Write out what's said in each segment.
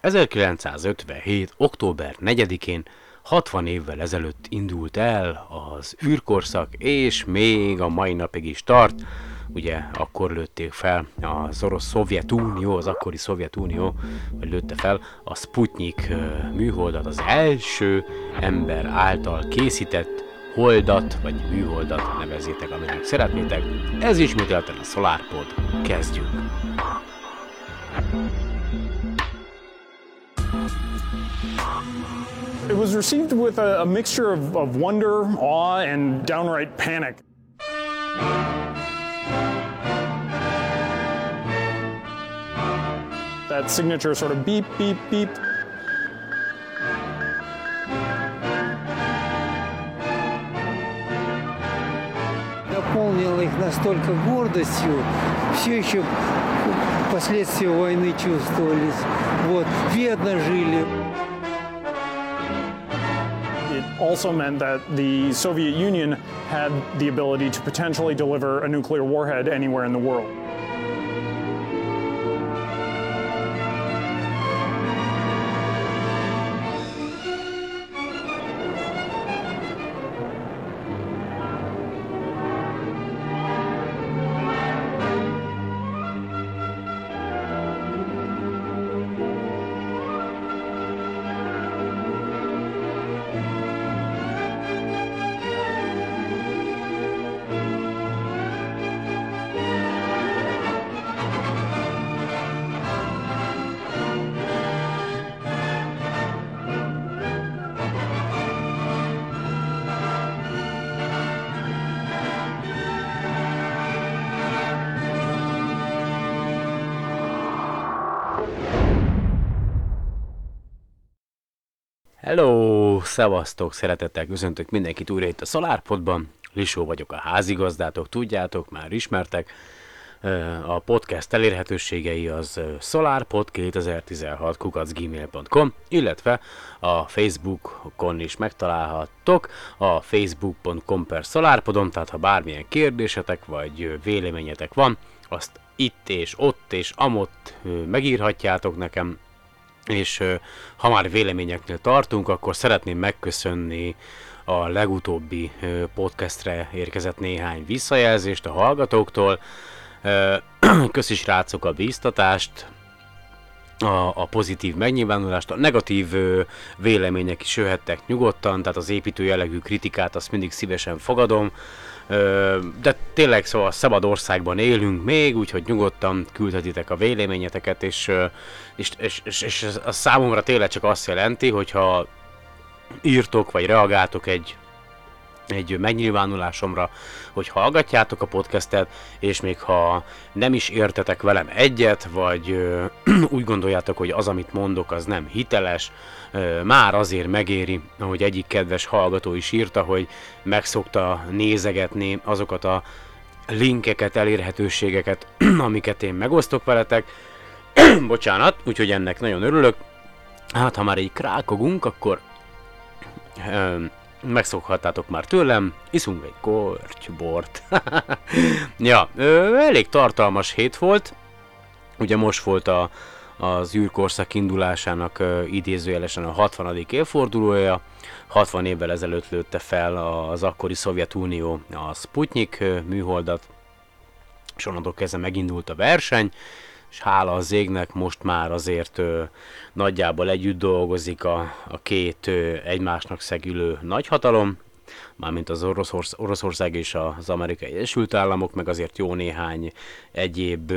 1957. október 4-én 60 évvel ezelőtt indult el az űrkorszak, és még a mai napig is tart. Ugye akkor lőtték fel az orosz Szovjetunió, az akkori Szovjetunió, vagy lőtte fel a Sputnik műholdat, az első ember által készített holdat, vagy műholdat, nevezzétek, aminek szeretnétek. Ez ismételten a SolarPod. Kezdjük! It was received with a mixture of wonder, awe, and downright panic. That signature sort of beep, beep, beep. Наполнило их настолько гордостью, все еще последствия войны чувствовались. Вот, бедно жили. It also meant that the Soviet Union had the ability to potentially deliver a nuclear warhead anywhere in the world. Hello! Szevasztok! Szeretettel köszöntök mindenkit újra itt a SolarPodban. Lisó vagyok, a házigazdátok, tudjátok, már ismertek. A podcast elérhetőségei az solarpod2016@gmail.com, illetve a Facebookon is megtalálhattok, a facebook.com/solarpodon, tehát ha bármilyen kérdésetek vagy véleményetek van, azt itt és ott és amott megírhatjátok nekem. És ha már véleményeknél tartunk, akkor szeretném megköszönni a legutóbbi podcastre érkezett néhány visszajelzést a hallgatóktól. Köszi srácok a bíztatást, a pozitív megnyilvánulást, a negatív vélemények is jöhettek nyugodtan, tehát az építő jellegű kritikát azt mindig szívesen fogadom. De tényleg szóval szabad országban élünk még, úgyhogy nyugodtan küldhetitek a véleményeteket, és a számomra tényleg csak azt jelenti, hogyha írtok vagy reagáltok egy megnyilvánulásomra, hogy hallgatjátok a podcastet, és még ha nem is értetek velem egyet, vagy úgy gondoljátok, hogy az, amit mondok, az nem hiteles, már azért megéri, ahogy egyik kedves hallgató is írta, hogy megszokta nézegetni azokat a linkeket, elérhetőségeket, amiket én megosztok veletek. Bocsánat, úgyhogy ennek nagyon örülök. Hát, ha már így krákogunk, akkor megszokhattátok már tőlem, iszunk egy korty bort. Ja, elég tartalmas hét volt. Ugye most volt az űrkorszak indulásának idézőjelesen a 60. évfordulója. 60 évvel ezelőtt lőtte fel az akkori Szovjetunió a Sputnik műholdat, és onnantól kezdve megindult a verseny, és hála az égnek most már azért nagyjából együtt dolgozik a két egymásnak szegülő nagyhatalom, mármint az Oroszország és az Amerikai Egyesült Államok, meg azért jó néhány egyéb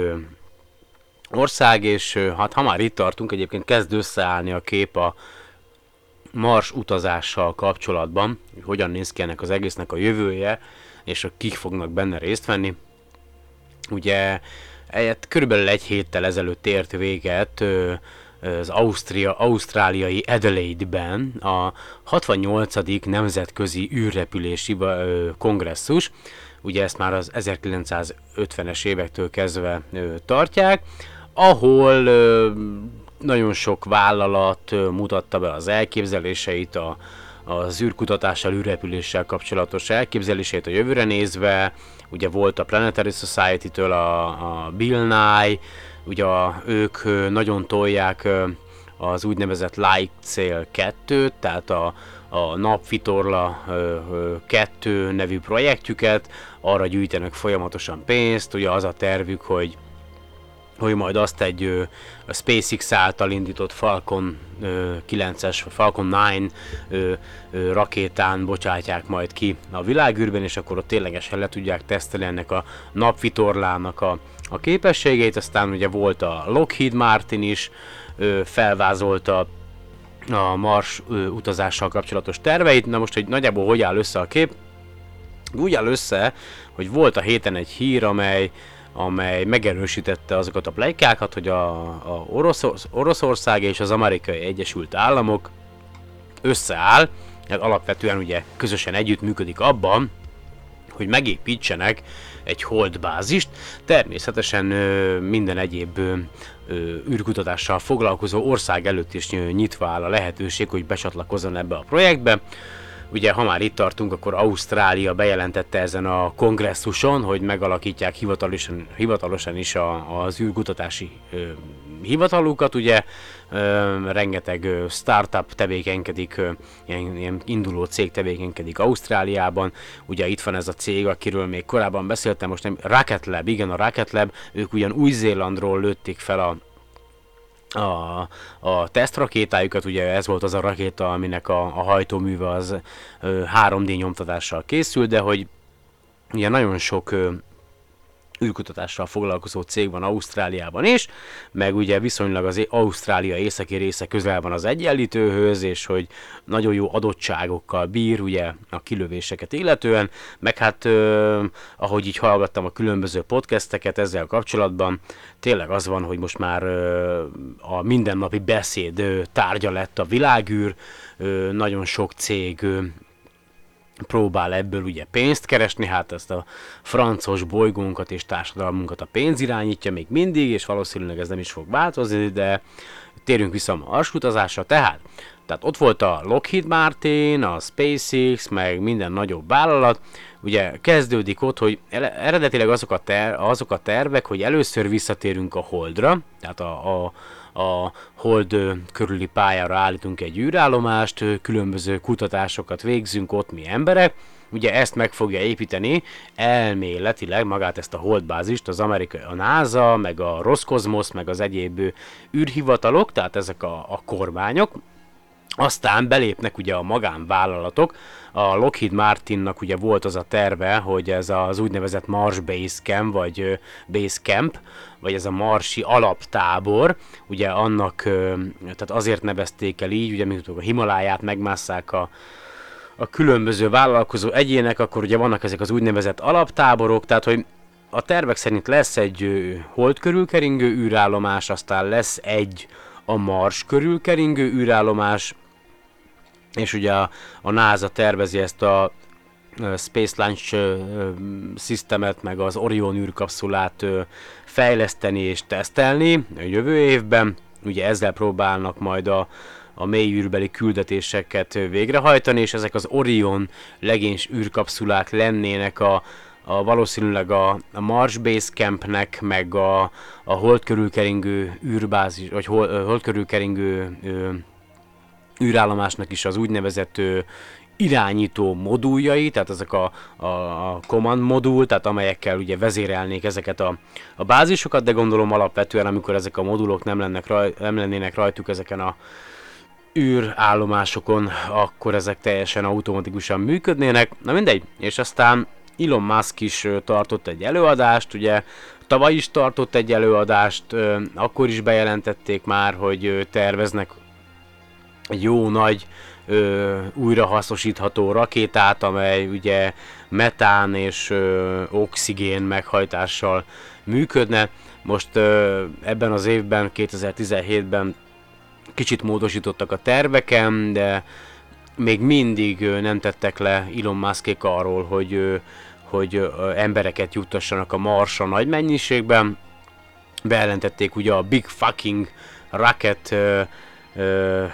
ország, és hát ha már itt tartunk, egyébként kezd összeállni a kép a Mars utazással kapcsolatban, hogy hogyan néz ki ennek az egésznek a jövője, és kik fognak benne részt venni. Ugye körülbelül egy héttel ezelőtt ért véget az ausztráliai Adelaide-ben a 68. nemzetközi űrrepülési kongresszus. Ugye ezt már az 1950-es évektől kezdve tartják, ahol nagyon sok vállalat mutatta be az elképzeléseit, az űrkutatással, űrrepüléssel kapcsolatos elképzeléseit a jövőre nézve. Ugye volt a Planetary Society-től a Bill Nye, ugye ők nagyon tolják az úgynevezett Light Sail 2, tehát a Napvitorla 2 nevű projektjüket, arra gyűjtenek folyamatosan pénzt, ugye az a tervük, hogy majd azt egy a SpaceX által indított Falcon 9-es, Falcon 9 rakétán bocsátják majd ki a világűrben, és akkor ott ténylegesen le tudják tesztelni ennek a napvitorlának a képességeit. Aztán ugye volt a Lockheed Martin is, felvázolta a Mars utazással kapcsolatos terveit. Na most, hogy nagyjából hogy áll össze a kép? Úgy áll össze, hogy volt a héten egy hír, amely megerősítette azokat a pletykákat, hogy a Oroszország és az Amerikai Egyesült Államok összeáll, alapvetően ugye közösen együttműködik abban, hogy megépítsenek egy holdbázist. Természetesen minden egyéb űrkutatással foglalkozó ország előtt is nyitva áll a lehetőség, hogy becsatlakozzon ebbe a projektbe. Ugye, ha már itt tartunk, akkor Ausztrália bejelentette ezen a kongresszuson, hogy megalakítják hivatalosan is az űrkutatási hivatalukat, ugye. Rengeteg startup tevékenykedik, ilyen induló cég tevékenykedik Ausztráliában. Ugye itt van ez a cég, akiről még korábban beszéltem, most nem, Rocket Lab, igen, a Rocket Lab, ők ugyan Új-Zélandról lőtték fel a tesztrakétájukat, ugye ez volt az a rakéta, aminek a hajtóműve az 3D nyomtatással készült, de hogy ugye nagyon sok űrkutatással foglalkozó cég van Ausztráliában is, meg ugye viszonylag az Ausztrália északi része közel van az Egyenlítőhöz, és hogy nagyon jó adottságokkal bír ugye a kilövéseket illetően, meg hát ahogy így hallgattam a különböző podcasteket ezzel kapcsolatban, tényleg az van, hogy most már a mindennapi beszéd tárgya lett a világűr, nagyon sok cég próbál ebből ugye pénzt keresni, hát ezt a francos bolygónkat és társadalmunkat a pénz irányítja még mindig, és valószínűleg ez nem is fog változni, de térjünk vissza a Mars utazásra, tehát ott volt a Lockheed Martin, a SpaceX, meg minden nagyobb vállalat, ugye kezdődik ott, hogy eredetileg azok a tervek, hogy először visszatérünk a Holdra, tehát a Hold körüli pályára állítunk egy űrállomást, különböző kutatásokat végzünk ott mi emberek, ugye ezt meg fogja építeni elméletileg magát ezt a holdbázist az amerikai, a NASA, meg a Roskosmos, meg az egyéb űrhivatalok, tehát ezek a kormányok. Aztán belépnek ugye a magánvállalatok, a Lockheed Martinnak ugye volt az a terve, hogy ez az úgynevezett Mars Base Camp, vagy Base Camp, vagy ez a marsi alaptábor, ugye annak, tehát azért nevezték el így, ugye amikor a Himaláját megmásszák a különböző vállalkozó egyének, akkor ugye vannak ezek az úgynevezett alaptáborok, tehát hogy a tervek szerint lesz egy hold körül keringő űrállomás, aztán lesz egy a Mars körül keringő űrállomás, és ugye a NASA tervezi ezt a Space Launch Systemet, meg az Orion űrkapszulát fejleszteni és tesztelni a jövő évben. Ugye ezzel próbálnak majd a mély űrbeli küldetéseket végrehajtani, és ezek az Orion legénys űrkapszulák lennének valószínűleg a Mars Base Campnek, meg a hold körül keringő űrbázis, vagy hold körül keringő űrállomásnak is az úgynevezett irányító moduljai, tehát ezek a command modul, tehát amelyekkel ugye vezérelnék ezeket a bázisokat, de gondolom alapvetően, amikor ezek a modulok nem lennének rajtuk ezeken a űrállomásokon, akkor ezek teljesen automatikusan működnének. Na mindegy, és aztán Elon Musk is tartott egy előadást, ugye tavaly is tartott egy előadást, akkor is bejelentették már, hogy terveznek egy jó nagy újrahasznosítható rakétát, amely ugye metán és oxigén meghajtással működne. Most ebben az évben, 2017-ben kicsit módosítottak a terveken, de még mindig nem tettek le Elon Muskék arról, hogy embereket juttassanak a Marsra nagy mennyiségben. Bejelentették ugye a Big Fucking Rocket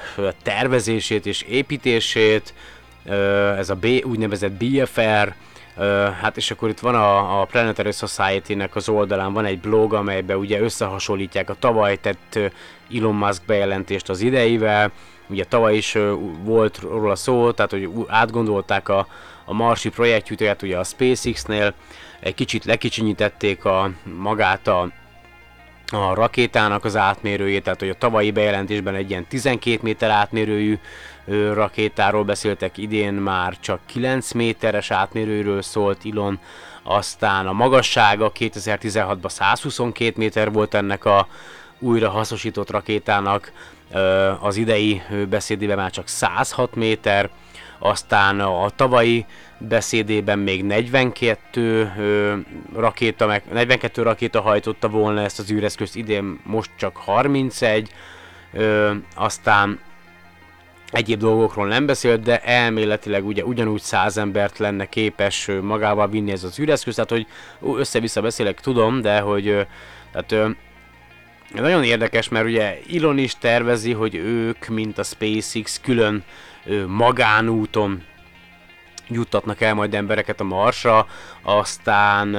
tervezését és építését, ez a úgynevezett BFR Hát és akkor itt van a Planetary Society-nek az oldalán van egy blog, amelyben ugye összehasonlítják a tavaly tett Elon Musk bejelentést az ideivel. Ugye tavaly is volt róla szó, tehát hogy átgondolták a marsi projektjüket ugye a SpaceX-nél, egy kicsit lekicsinyítették magát a rakétának az átmérőjét, tehát hogy a tavalyi bejelentésben egy ilyen 12 méter átmérőjű rakétáról beszéltek, idén már csak 9 méteres átmérőről szólt Elon, aztán a magassága 2016-ban 122 méter volt ennek a újra hasznosított rakétának, az idei beszédében már csak 106 méter, aztán a tavalyi beszédében még 42 rakéta hajtotta volna ezt az űreszközt, idén most csak 31, aztán egyéb dolgokról nem beszélt, de elméletileg ugye ugyanúgy 100 embert lenne képes magával vinni ez az űreszköz, tehát hogy össze-vissza beszélek, tudom, de hogy tehát nagyon érdekes, mert ugye Elon is tervezi, hogy ők, mint a SpaceX, külön magánúton juttatnak el majd embereket a Marsra, aztán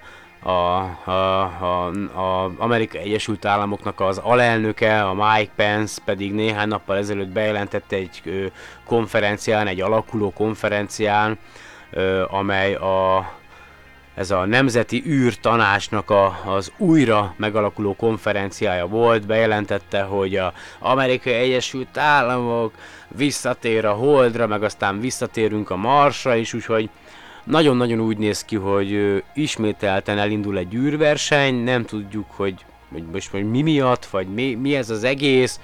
a Amerikai Egyesült Államoknak az alelnöke, a Mike Pence pedig néhány nappal ezelőtt bejelentette egy konferencián, egy alakuló konferencián, amely ez a Nemzeti űrtanácsnak az újra megalakuló konferenciája volt, bejelentette, hogy az Amerikai Egyesült Államok visszatér a Holdra, meg aztán visszatérünk a Marsra is, úgyhogy nagyon-nagyon úgy néz ki, hogy ismételten elindul egy űrverseny, nem tudjuk, hogy most mi miatt, vagy mi ez az egész,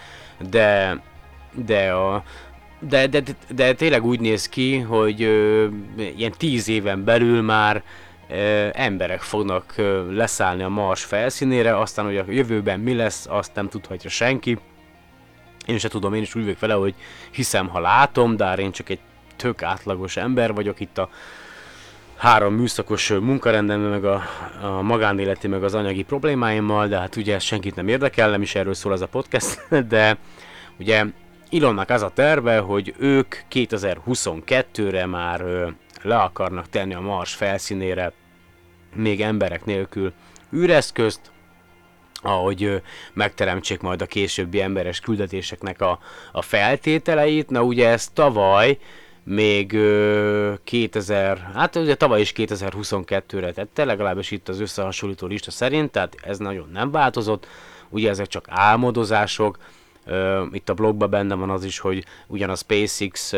de tényleg úgy néz ki, hogy ilyen 10 éven belül már emberek fognak leszállni a Mars felszínére, aztán hogy a jövőben mi lesz, azt nem tudhatja senki. Én se tudom, én is úgy vagyok vele, hogy hiszem, ha látom, de én csak egy tök átlagos ember vagyok itt a 3 műszakos munkarendemben, meg a magánéleti, meg az anyagi problémáimmal, de hát ugye senkit nem érdekel, nem is erről szól ez a podcast, de ugye Elonnak az a terve, hogy ők 2022-re már le akarnak tenni a Mars felszínére még emberek nélkül űreszközt, ahogy megteremtsék majd a későbbi emberes küldetéseknek a feltételeit. Na ugye ez tavaly még hát ugye tavaly is 2022-re tette, legalábbis itt az összehasonlító lista szerint, tehát ez nagyon nem változott, ugye ezek csak álmodozások, itt a blogban benne van az is, hogy ugyan a SpaceX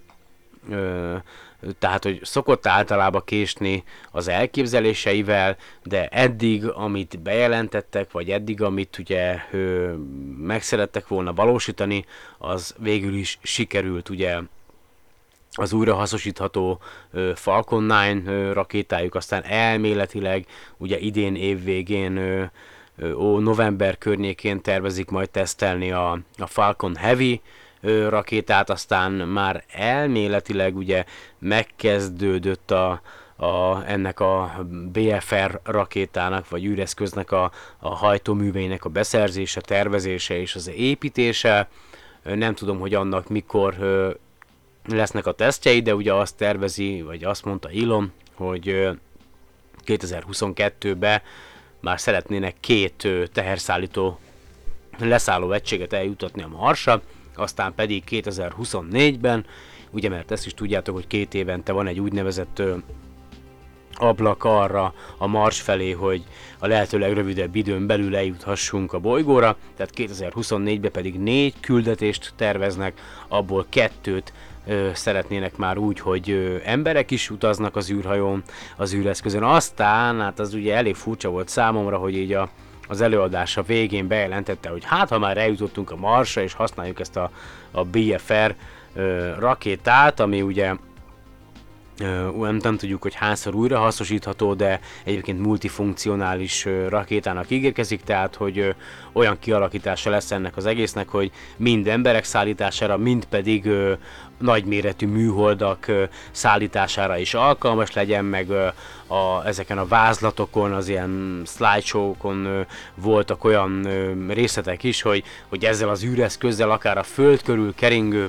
tehát, hogy szokott általában késni az elképzeléseivel, de eddig, amit bejelentettek, vagy eddig, amit ugye meg szerettek volna valósítani, az végül is sikerült, ugye az újrahasznosítható Falcon 9 rakétájuk, aztán elméletileg ugye idén évvégén november környékén tervezik majd tesztelni a Falcon Heavy rakétát, aztán már elméletileg ugye megkezdődött ennek a BFR rakétának, vagy űreszköznek a hajtóműveinek a beszerzése, tervezése és az építése. Nem tudom, hogy annak mikor lesznek a tesztjei, de ugye azt tervezi, vagy azt mondta Elon, hogy 2022-ben már szeretnének 2 teherszállító leszálló egységet eljutatni a Marsra, aztán pedig 2024-ben, ugye mert ezt is tudjátok, hogy 2 évente van egy úgynevezett ablak arra a Mars felé, hogy a lehető legrövidebb időn belül eljuthassunk a bolygóra, tehát 2024-ben pedig 4 küldetést terveznek, abból 2-t szeretnének már úgy, hogy emberek is utaznak az űrhajón, az űreszközön. Aztán, hát az ugye elég furcsa volt számomra, hogy így az előadása végén bejelentette, hogy hát ha már eljutottunk a Marsra és használjuk ezt a BFR rakétát, ami ugye nem tudjuk, hogy hányszor újra hasznosítható, de egyébként multifunkcionális rakétának ígérkezik, tehát hogy olyan kialakítása lesz ennek az egésznek, hogy mind emberek szállítására, mind pedig nagyméretű műholdak szállítására is alkalmas legyen, meg ezeken a vázlatokon, az ilyen slideshow-kon voltak olyan részletek is, hogy ezzel az űreszközzel akár a Föld körül keringő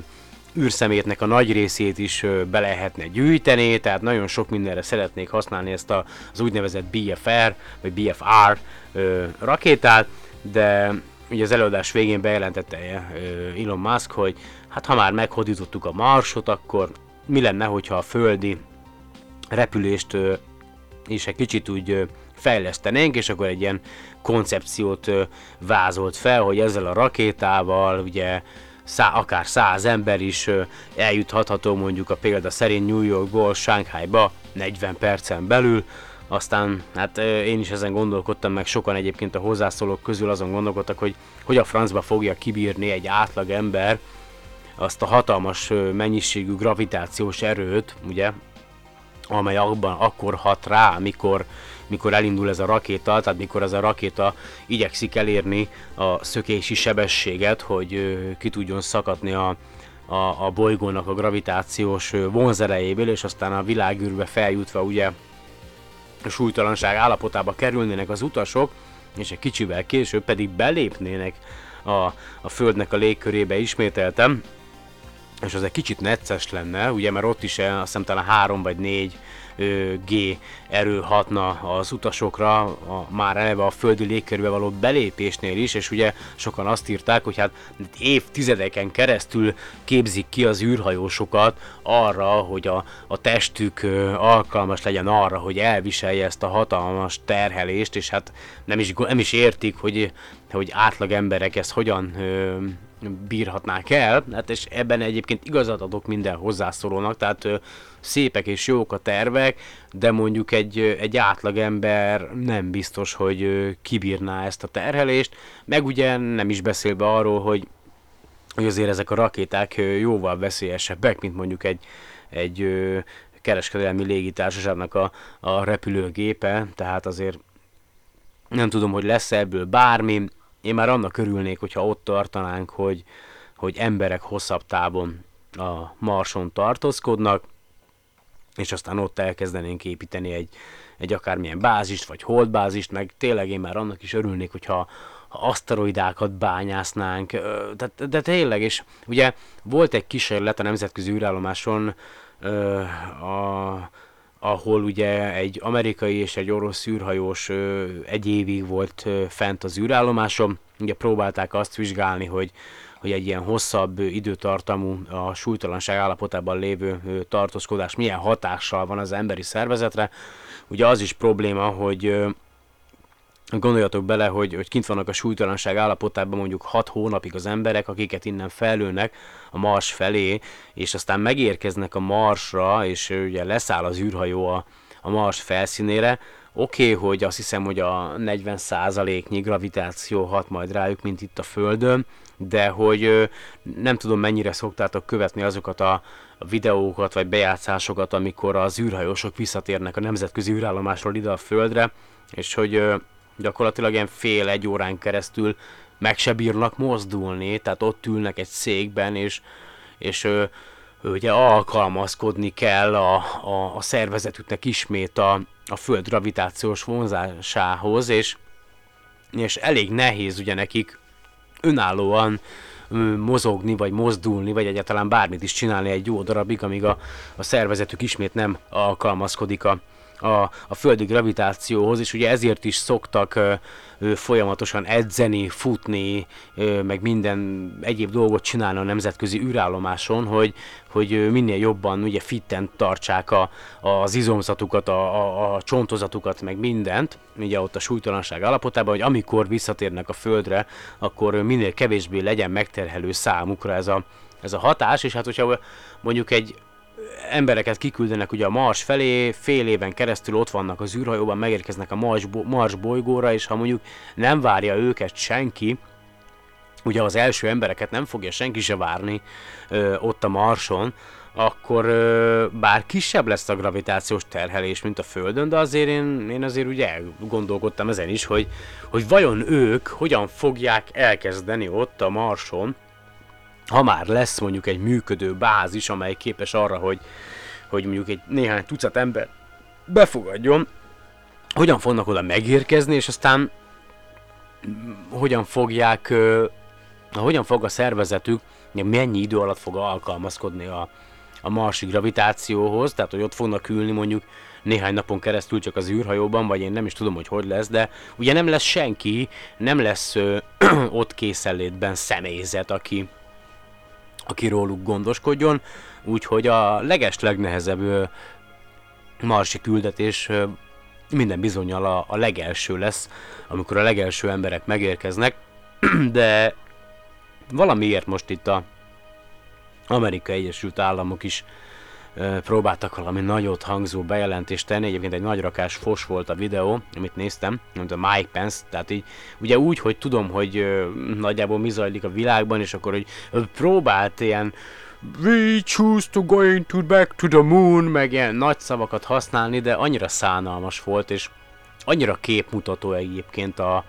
űrszemétnek a nagy részét is be lehetne gyűjteni, tehát nagyon sok mindenre szeretnék használni ezt az úgynevezett BFR, vagy BFR rakétát, de ugye az előadás végén bejelentette Elon Musk, hogy hát ha már meghódítottuk a Marsot, akkor mi lenne, hogyha a földi repülést is egy kicsit úgy fejlesztenénk, és akkor egy ilyen koncepciót vázolt fel, hogy ezzel a rakétával ugye akár 100 ember is eljuthatható mondjuk a példa szerint New Yorkból Shanghaiba 40 percen belül. Aztán hát én is ezen gondolkodtam, meg sokan egyébként a hozzászólók közül azon gondolkodtak, hogy a francba fogja kibírni egy átlag ember azt a hatalmas mennyiségű gravitációs erőt, ugye, amely akkor hat rá, mikor elindul ez a rakéta, tehát mikor ez a rakéta igyekszik elérni a szökési sebességet, hogy ki tudjon szakadni a bolygónak a gravitációs vonzerejéből, és aztán a világűrbe feljutva ugye a súlytalanság állapotába kerülnének az utasok, és egy kicsivel később pedig belépnének a Földnek a légkörébe ismételtem, és az egy kicsit necces lenne, ugye, mert ott is azt hiszem talán 3 vagy 4 G erő hatna az utasokra már eleve a földi légkörbe való belépésnél is, és ugye sokan azt írták, hogy hát évtizedeken keresztül képzik ki az űrhajósokat arra, hogy a testük alkalmas legyen arra, hogy elviselje ezt a hatalmas terhelést, és hát nem is értik, hogy átlag emberek ezt hogyan bírhatnák el, hát és ebben egyébként igazat adok minden hozzászólónak, tehát szépek és jók a tervek, de mondjuk egy átlagember nem biztos, hogy kibírná ezt a terhelést, meg ugye nem is beszélve arról, hogy azért ezek a rakéták jóval veszélyesebbek, mint mondjuk egy kereskedelmi légitársaságnak a repülőgépe, tehát azért nem tudom, hogy lesz ebből bármi. Én már annak örülnék, hogyha ott tartanánk, hogy emberek hosszabb távon a Marson tartózkodnak, és aztán ott elkezdenénk építeni egy akármilyen bázist, vagy holdbázist, meg tényleg én már annak is örülnék, hogyha aszteroidákat bányásznánk, de tényleg, és ugye volt egy kísérlet a nemzetközi űrállomáson, ahol ugye egy amerikai és egy orosz űrhajós egy évig volt fent az űrállomáson. Ugye próbálták azt vizsgálni, hogy egy ilyen hosszabb időtartamú, a súlytalanság állapotában lévő tartózkodás milyen hatással van az emberi szervezetre. Ugye az is probléma, hogy gondoljatok bele, hogy kint vannak a súlytalanság állapotában mondjuk 6 hónapig az emberek, akiket innen fellőnek a Mars felé, és aztán megérkeznek a Marsra, és ugye leszáll az űrhajó a Mars felszínére. Oké, hogy azt hiszem, hogy a 40%-nyi gravitáció hat majd rájuk, mint itt a Földön, de hogy nem tudom, mennyire szoktátok követni azokat a videókat vagy bejátszásokat, amikor az űrhajósok visszatérnek a nemzetközi űrállomásról ide a Földre, és hogy gyakorlatilag ilyen fél-egy órán keresztül meg se bírnak mozdulni, tehát ott ülnek egy székben, és ugye alkalmazkodni kell a szervezetüknek ismét a Föld gravitációs vonzásához, és elég nehéz ugye nekik önállóan mozogni, vagy mozdulni, vagy egyáltalán bármit is csinálni egy jó darabig, amíg a szervezetük ismét nem alkalmazkodik a földi gravitációhoz, és ugye ezért is szoktak folyamatosan edzeni, futni, meg minden egyéb dolgot csinálni a nemzetközi űrállomáson, hogy minél jobban ugye fitten tartsák az izomzatukat, a csontozatukat, meg mindent, ugye ott a súlytalanság állapotában, hogy amikor visszatérnek a Földre, akkor minél kevésbé legyen megterhelő számukra ez a hatás, és hát hogyha mondjuk egy embereket kiküldenek ugye a Mars felé, fél éven keresztül ott vannak az űrhajóban, megérkeznek a Mars bolygóra, és ha mondjuk nem várja őket senki, ugye az első embereket nem fogja senki se várni ott a Marson, akkor bár kisebb lesz a gravitációs terhelés, mint a Földön, de azért én azért ugye elgondolkodtam ezen is, hogy vajon ők hogyan fogják elkezdeni ott a Marson, ha már lesz mondjuk egy működő bázis, amely képes arra, hogy mondjuk egy néhány tucat ember befogadjon, hogyan fognak oda megérkezni, és aztán hogyan fogják hogyan fog a szervezetük, mennyi idő alatt fog alkalmazkodni a marsi gravitációhoz, tehát hogy ott fognak ülni mondjuk néhány napon keresztül csak az űrhajóban, vagy én nem is tudom, hogy lesz, de ugye nem lesz senki, nem lesz ott készenlétben személyzet, aki róluk gondoskodjon, úgyhogy a legnehezebb marsi küldetés minden bizonnyal a legelső lesz, amikor a legelső emberek megérkeznek, de valamiért most itt az Amerikai Egyesült Államok is próbáltak valami nagyot hangzó bejelentést tenni. Egyébként egy nagy rakás fos volt a videó, amit néztem, mint a Mike Pence, tehát így ugye úgy, hogy tudom, hogy nagyjából mi zajlik a világban, és akkor hogy próbált ilyen "We choose to back to the moon", meg ilyen nagy szavakat használni, de annyira szánalmas volt, és annyira képmutató egyébként a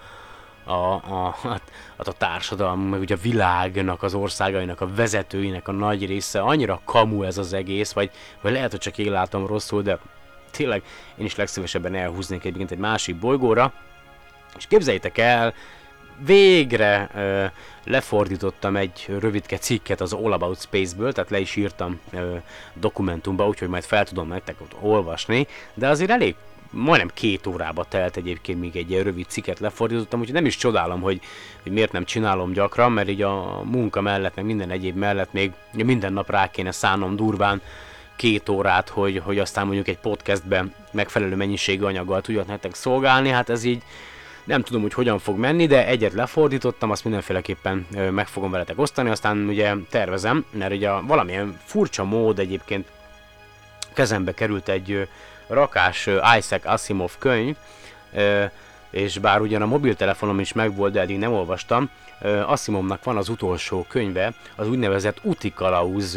társadalom, meg ugye a világnak, az országainak, a vezetőinek a nagy része, annyira kamu ez az egész, vagy lehet, hogy csak én látom rosszul, de tényleg én is legszívesebben elhúznék egyébként egy másik bolygóra, és képzeljétek el, végre lefordítottam egy rövidke cikket az All About Space-ből, tehát le is írtam dokumentumba, úgyhogy majd fel tudom nektek ott olvasni, de azért elég majdnem 2 órába telt egyébként, még egy ilyen rövid cikket lefordítottam, úgyhogy nem is csodálom, hogy miért nem csinálom gyakran, mert így a munka mellett, meg minden egyéb mellett még minden nap rá kéne szánnom durván 2 órát, hogy aztán mondjuk egy podcastben megfelelő mennyiségű anyaggal tudjak nektek szolgálni, hát ez így nem tudom, hogy hogyan fog menni, de egyet lefordítottam, azt mindenféleképpen meg fogom veletek osztani, aztán ugye tervezem, mert ugye valamilyen furcsa mód egyébként kezembe került egy rakás Isaac Asimov könyv, és bár ugyan a mobiltelefonom is megvolt, de eddig nem olvastam, Asimovnak van az utolsó könyve, az úgynevezett Úti Kalauz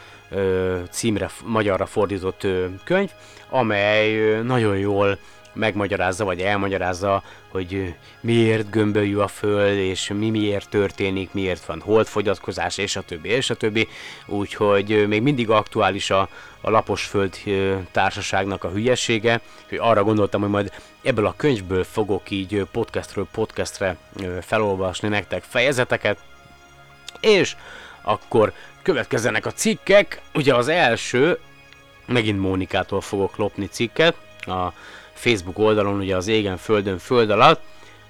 címre magyarra fordított könyv, amely nagyon jól megmagyarázza, vagy elmagyarázza, hogy miért gömbölyű a Föld, és miért történik, miért van holdfogyatkozás, és a többi, és a többi. Úgyhogy még mindig aktuális a Lapos Föld társaságnak a hülyesége. Arra gondoltam, hogy majd ebből a könyvből fogok így podcastről podcastre felolvasni nektek fejezeteket, és akkor következzenek a cikkek. Ugye az első, megint Mónikától fogok lopni cikket, a Facebook oldalon, ugye az Égen, Földön, Föld alatt.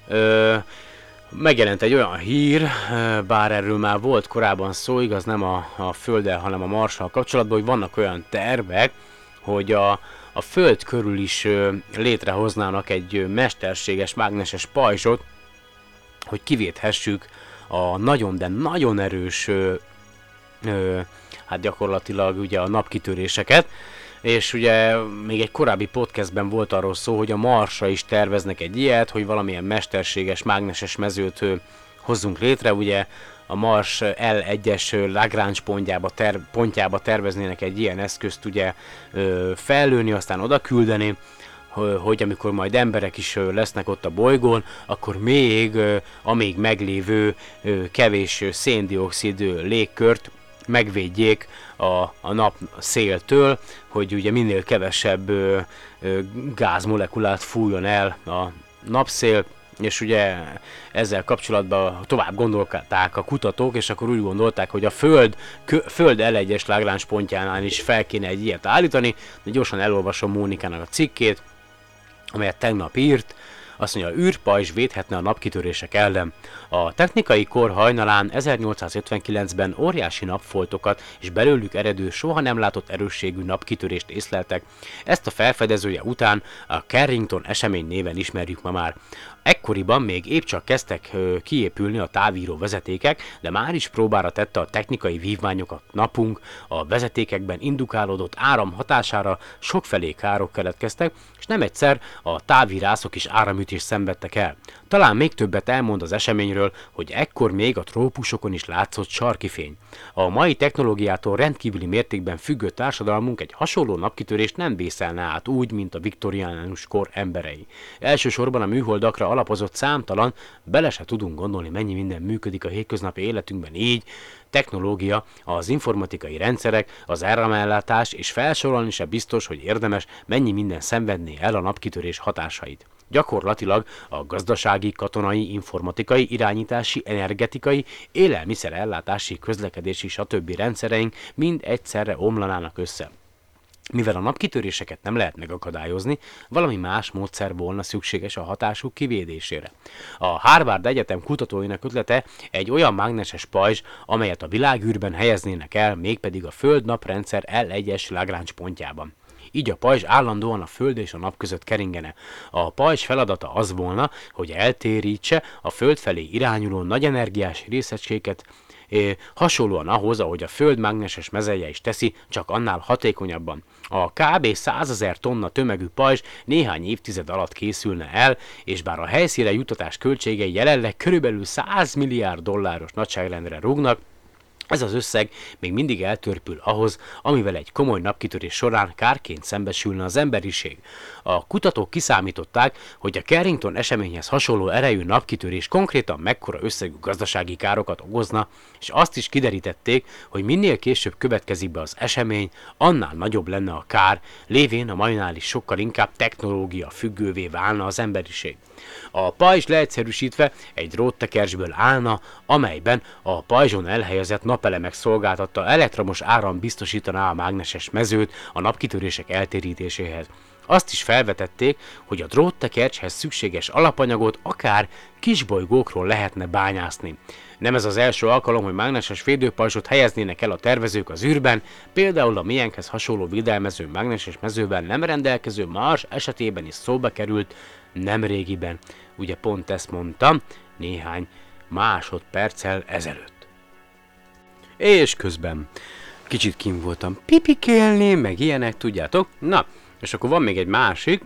Megjelent egy olyan hír, bár erről már volt korábban szó, igaz, nem a Földdel, hanem a Marssal kapcsolatban, hogy vannak olyan tervek, hogy a Föld körül is létrehoznának egy mesterséges mágneses pajzsot, hogy kivéthessük a nagyon, de nagyon erős, hát gyakorlatilag ugye a napkitöréseket. És ugye még egy korábbi podcastben volt arról szó, hogy a Marsra is terveznek egy ilyet, hogy valamilyen mesterséges mágneses mezőt hozzunk létre. Ugye a Mars L1-es Lagrange pontjába terveznének egy ilyen eszközt ugye fellőni, aztán oda küldeni, hogy amikor majd emberek is lesznek ott a bolygón, akkor még amíg meglévő kevés széndioxid légkört megvédjék a nap széltől, hogy ugye minél kevesebb gázmolekulát fújjon el a napszél, és ugye ezzel kapcsolatban tovább gondolták a kutatók, és akkor úgy gondolták, hogy a Föld L1-es Lagrange pontjánál is fel kéne egy ilyet állítani, de gyorsan elolvasom Mónikának a cikkét, amelyet tegnap írt. Azt mondja, űrpajzs védhetne a napkitörések ellen. A technikai kor hajnalán 1859-ben óriási napfoltokat és belőlük eredő soha nem látott erősségű napkitörést észleltek. Ezt a felfedezője után a Carrington esemény néven ismerjük ma már. Ekkoriban még épp csak kezdtek kiépülni a távíró vezetékek, de már is próbára tette a technikai vívmányokat napunk, a vezetékekben indukálódott áram hatására sokfelé károk keletkeztek, és nem egyszer a távírászok is áramütést szenvedtek el. Talán még többet elmond az eseményről, hogy ekkor még a trópusokon is látszott sarki fény. A mai technológiától rendkívüli mértékben függő társadalmunk egy hasonló napkitörést nem vészelne át úgy, mint a viktoriánus kor emberei. Elsősorban a műholdakra alapozott számtalan, bele se tudunk gondolni, mennyi minden működik a hétköznapi életünkben így, technológia, az informatikai rendszerek, az áramellátás, és felsorolni se biztos, hogy érdemes, mennyi minden szenvedné el a napkitörés hatásait. Gyakorlatilag a gazdasági, katonai, informatikai, irányítási, energetikai, élelmiszerellátási, közlekedési stb. Rendszereink mind egyszerre omlanának össze. Mivel a napkitöréseket nem lehet megakadályozni, valami más módszer volna szükséges a hatásuk kivédésére. A Harvard Egyetem kutatóinak ötlete egy olyan mágneses pajzs, amelyet a világűrben helyeznének el, mégpedig a Föld-naprendszer L1-es Lagrange pontjában. Így a pajzs állandóan a Föld és a Nap között keringene. A pajzs feladata az volna, hogy eltérítse a Föld felé irányuló nagyenergiás részecskéket, hasonlóan ahhoz, ahogy a Föld mágneses mezeje is teszi, csak annál hatékonyabban. A kb. 100 000 tonna tömegű pajzs néhány évtized alatt készülne el, és bár a helyszínre juttatás költségei jelenleg körülbelül 100 milliárd dolláros nagyságrendre rúgnak, ez az összeg még mindig eltörpül ahhoz, amivel egy komoly napkitörés során kárként szembesülne az emberiség. A kutatók kiszámították, hogy a Carrington eseményhez hasonló erejű napkitörés konkrétan mekkora összegű gazdasági károkat okozna, és azt is kiderítették, hogy minél később következik be az esemény, annál nagyobb lenne a kár, lévén a mainál is sokkal inkább technológia függővé válna az emberiség. A pajzs leegyszerűsítve egy dróttekercsből állna, amelyben a pajzson elhelyezett napelemek szolgáltatta elektromos áram biztosítaná a mágneses mezőt a napkitörések eltérítéséhez. Azt is felvetették, hogy a dróttekercshez szükséges alapanyagot akár kisbolygókról lehetne bányászni. Nem ez az első alkalom, hogy mágneses védőpajzsot helyeznének el a tervezők az űrben, például a miénkhez hasonló védelmező mágneses mezővel nem rendelkező Mars esetében is szóba került nemrégiben. Ugye pont ezt mondtam néhány másodperccel ezelőtt. És közben kicsit kim voltam pipikélni, meg ilyenek, tudjátok? Na, és akkor van még egy másik,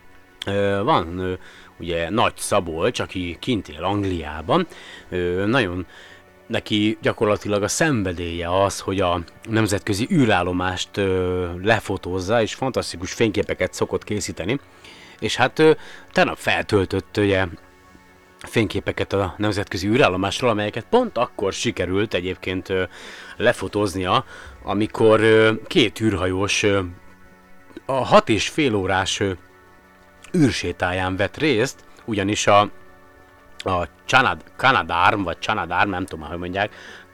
van ugye Nagy Szabolcs, aki kint él Angliában, nagyon neki gyakorlatilag a szenvedélye az, hogy a nemzetközi űrállomást lefotózza, és fantasztikus fényképeket szokott készíteni, és hát tegnap feltöltött ugye fényképeket a nemzetközi űrállomásról, amelyeket pont akkor sikerült egyébként lefotóznia, amikor két űrhajós a 6,5 órás űrsétáján vett részt, ugyanis a Canadarm, vagy Canadarm, nem tudom, hogy mondják,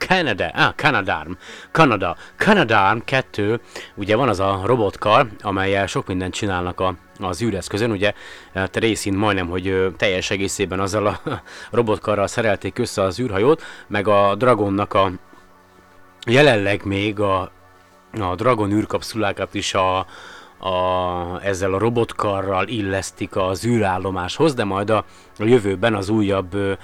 Canadarm 2, ugye van az a robotkar, amellyel sok mindent csinálnak az űreszközön, ugye a részint majdnem, hogy teljes egészében azzal a robotkarral szerelték össze az űrhajót, meg a Dragonnak jelenleg még a Dragon űrkapszulákat is ezzel a robotkarral illesztik az űrállomáshoz, de majd a jövőben az újabb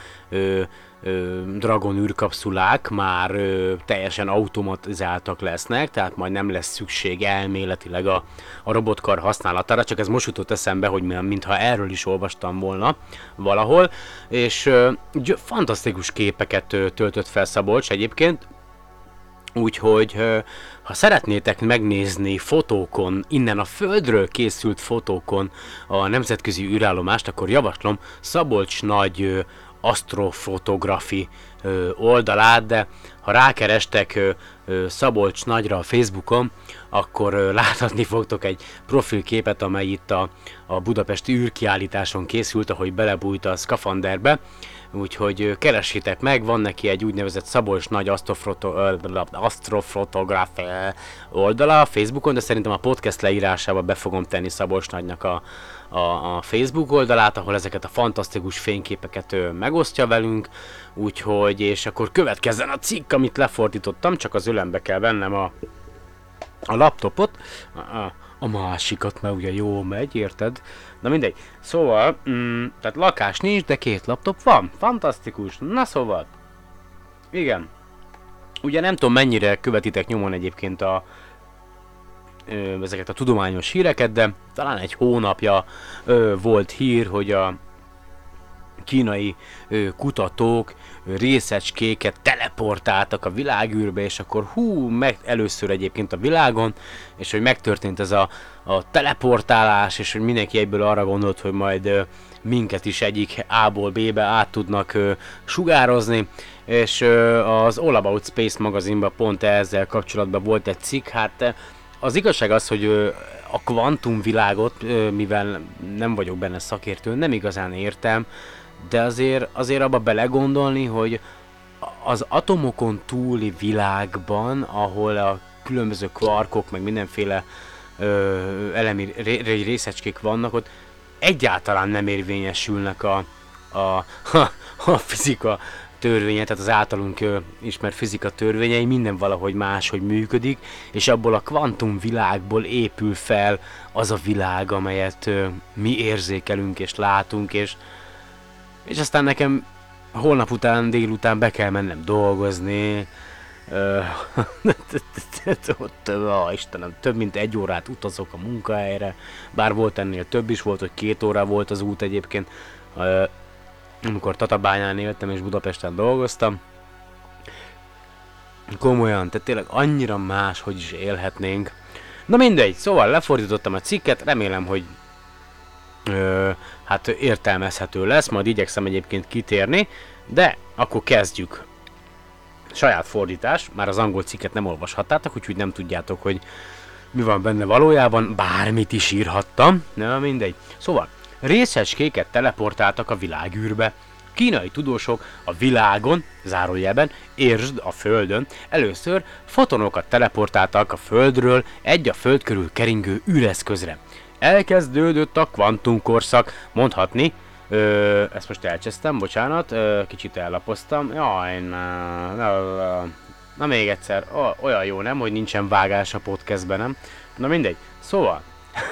Dragon űrkapszulák már teljesen automatizáltak lesznek, tehát majd nem lesz szükség elméletileg a robotkar használatára, csak ez most jutott eszembe, hogy mintha erről is olvastam volna valahol, és fantasztikus képeket töltött fel Szabolcs egyébként, úgyhogy ha szeretnétek megnézni fotókon, innen a Földről készült fotókon a nemzetközi űrállomást, akkor javaslom Szabolcs Nagy Astrofotografi oldalát, de ha rákerestek Szabolcs Nagyra a Facebookon, akkor láthatni fogtok egy profilképet, amely itt a budapesti űrkiállításon készült, ahogy belebújt a szkafanderbe. Úgyhogy keressétek meg, van neki egy úgynevezett Szabolcs Nagy Astrofotograf oldala a Facebookon, de szerintem a podcast leírásába be fogom tenni Szabolcs Nagynak a Facebook oldalát, ahol ezeket a fantasztikus fényképeket megosztja velünk, úgyhogy, és akkor következzen a cikk, amit lefordítottam, csak az ölembe kell vennem a laptopot, a másikat, mert ugye jó megy, érted? Na mindegy. Szóval, tehát lakás nincs, de 2 laptop van. Fantasztikus. Na szóval. Igen. Ugye nem tudom mennyire követitek nyomon egyébként ezeket a tudományos híreket, de talán egy hónapja volt hír, hogy a kínai kutatók részecskéket teleportáltak a világűrbe, és akkor először egyébként a világon, és hogy megtörtént ez a teleportálás, és hogy mindenki egyből arra gondolt, hogy majd minket is egyik A-ból B-be át tudnak sugározni, és az All About Space magazinban pont ezzel kapcsolatban volt egy cikk, hát az igazság az, hogy a kvantumvilágot, mivel nem vagyok benne szakértő, nem igazán értem, de azért abba belegondolni, hogy az atomokon túli világban, ahol a különböző kvarkok, meg mindenféle elemi részecskék vannak, ott egyáltalán nem érvényesülnek a fizika törvénye, tehát az általunk ismert fizika törvényei, minden valahogy máshogy működik, és abból a kvantumvilágból épül fel az a világ, amelyet mi érzékelünk és látunk, és aztán nekem holnap után, délután be kell mennem dolgozni, Istenem, több mint 1 órát utazok a munkahelyre, bár volt ennél több is, volt, hogy 2 óra volt az út egyébként, amikor Tatabányán éltem és Budapesten dolgoztam. Komolyan, tehát tényleg annyira más, hogy is élhetnénk. Na mindegy, szóval lefordítottam a cikket, remélem, hogy hát értelmezhető lesz, majd igyekszem egyébként kitérni, de akkor kezdjük. Saját fordítás, már az angol cikket nem olvashattátok, úgyhogy nem tudjátok, hogy mi van benne valójában, bármit is írhattam, na mindegy. Szóval, részecskéket teleportáltak a világűrbe. Kínai tudósok a világon, zárójelben, értsd a Földön, először fotonokat teleportáltak a Földről egy a Föld körül keringő űreszközre. Elkezdődött a kvantumkorszak, mondhatni, ezt most elcsesztem, bocsánat, kicsit ellapoztam, jaj, na még egyszer, olyan jó nem, hogy nincsen vágás a podcastben, nem? Na mindegy, szóval,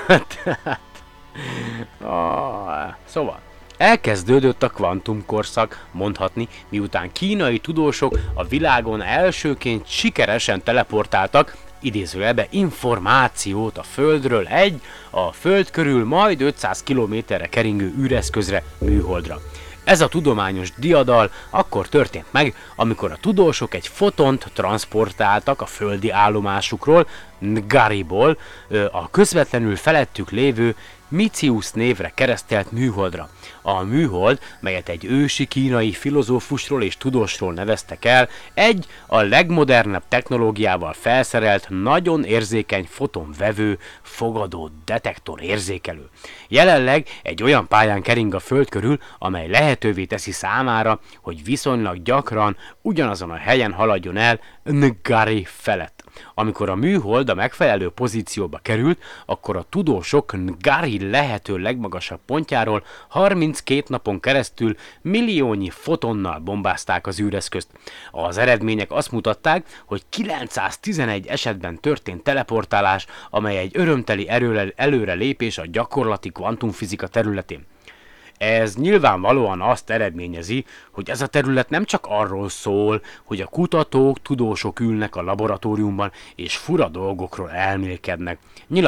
szóval, elkezdődött a kvantumkorszak, mondhatni, miután kínai tudósok a világon elsőként sikeresen teleportáltak, idézőjelbe, információt a Földről a Föld körül majd 500 kilométerre keringő űreszközre, műholdra. Ez a tudományos diadal akkor történt meg, amikor a tudósok egy fotont transportáltak a földi állomásukról, Ngariból, a közvetlenül felettük lévő Micius névre keresztelt műholdra. A műhold, melyet egy ősi kínai filozófusról és tudósról neveztek el, egy a legmodernebb technológiával felszerelt, nagyon érzékeny fotonvevő, fogadó detektor érzékelő. Jelenleg egy olyan pályán kering a Föld körül, amely lehetővé teszi számára, hogy viszonylag gyakran ugyanazon a helyen haladjon el Ngari felett. Amikor a műhold a megfelelő pozícióba került, akkor a tudósok Ngari lehető legmagasabb pontjáról 32 napon keresztül milliónyi fotonnal bombázták az űreszközt. Az eredmények azt mutatták, hogy 911 esetben történt teleportálás, amely egy örömteli előrelépés a gyakorlati kvantumfizika területén. Ez nyilvánvalóan azt eredményezi, hogy ez a terület nem csak arról szól, hogy a kutatók, tudósok ülnek a laboratóriumban és fura dolgokról elmélkednek.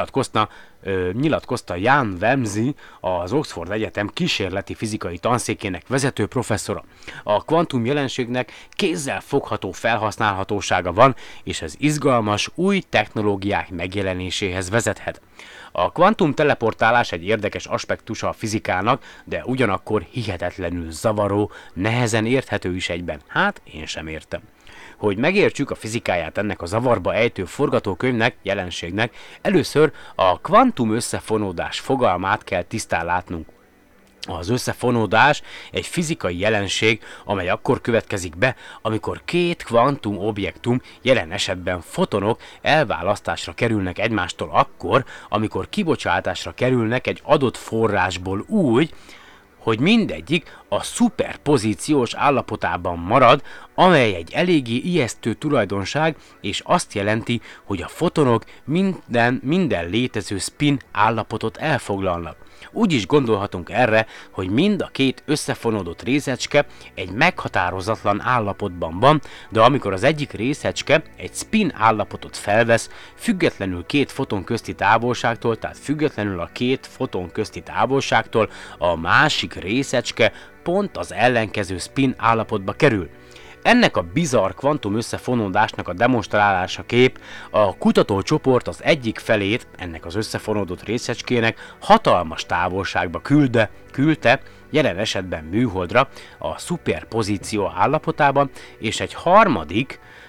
Nyilatkozta Jan Wemsi, az Oxford Egyetem kísérleti fizikai tanszékének vezető professzora. A kvantum jelenségnek kézzel fogható felhasználhatósága van, és ez izgalmas új technológiák megjelenéséhez vezethet. A kvantum teleportálás egy érdekes aspektusa a fizikának, de ugyanakkor hihetetlenül zavaró, nehezen érthető is egyben. Hát, én sem értem. Hogy megértsük a fizikáját ennek a zavarba ejtő forgatókönyvnek, jelenségnek, először a kvantum összefonódás fogalmát kell tisztán látnunk. Az összefonódás egy fizikai jelenség, amely akkor következik be, amikor két kvantum objektum, jelen esetben fotonok elválasztásra kerülnek egymástól akkor, amikor kibocsátásra kerülnek egy adott forrásból úgy, hogy mindegyik a szuperpozíciós állapotában marad, amely egy eléggé ijesztő tulajdonság, és azt jelenti, hogy a fotonok minden létező spin állapotot elfoglalnak. Úgy is gondolhatunk erre, hogy mind a két összefonódott részecske egy meghatározatlan állapotban van, de amikor az egyik részecske egy spin állapotot felvesz, függetlenül két foton közti távolságtól, tehát függetlenül a két foton közti távolságtól, a másik részecske pont az ellenkező spin állapotba kerül. Ennek a bizarr kvantum összefonódásnak a demonstrálásaképp a kutatócsoport az egyik felét, ennek az összefonódott részecskének hatalmas távolságba küldte, jelen esetben műholdra, a szuperpozíció állapotában, és egy harmadik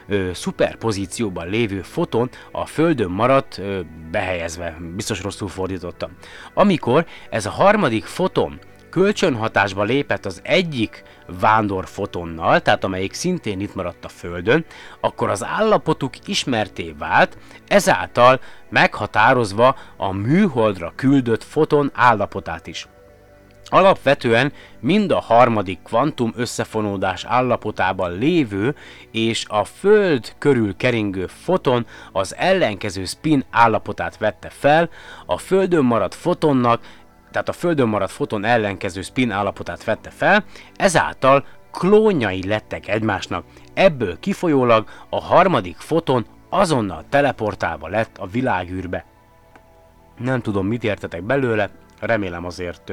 szuperpozícióban lévő foton a Földön maradt behelyezve, biztos rosszul fordítottam. Amikor ez a harmadik foton kölcsönhatásba lépett az egyik vándorfotonnal, tehát amelyik szintén itt maradt a Földön, akkor az állapotuk ismerté vált, ezáltal meghatározva a műholdra küldött foton állapotát is. Alapvetően mind a harmadik kvantum összefonódás állapotában lévő és a Föld körül keringő foton az ellenkező spin állapotát vette fel, a Földön maradt fotonnak, tehát a Földön maradt foton ellenkező spin állapotát vette fel, ezáltal klónjai lettek egymásnak. Ebből kifolyólag a harmadik foton azonnal teleportálva lett a világűrbe. Nem tudom, mit értetek belőle, remélem azért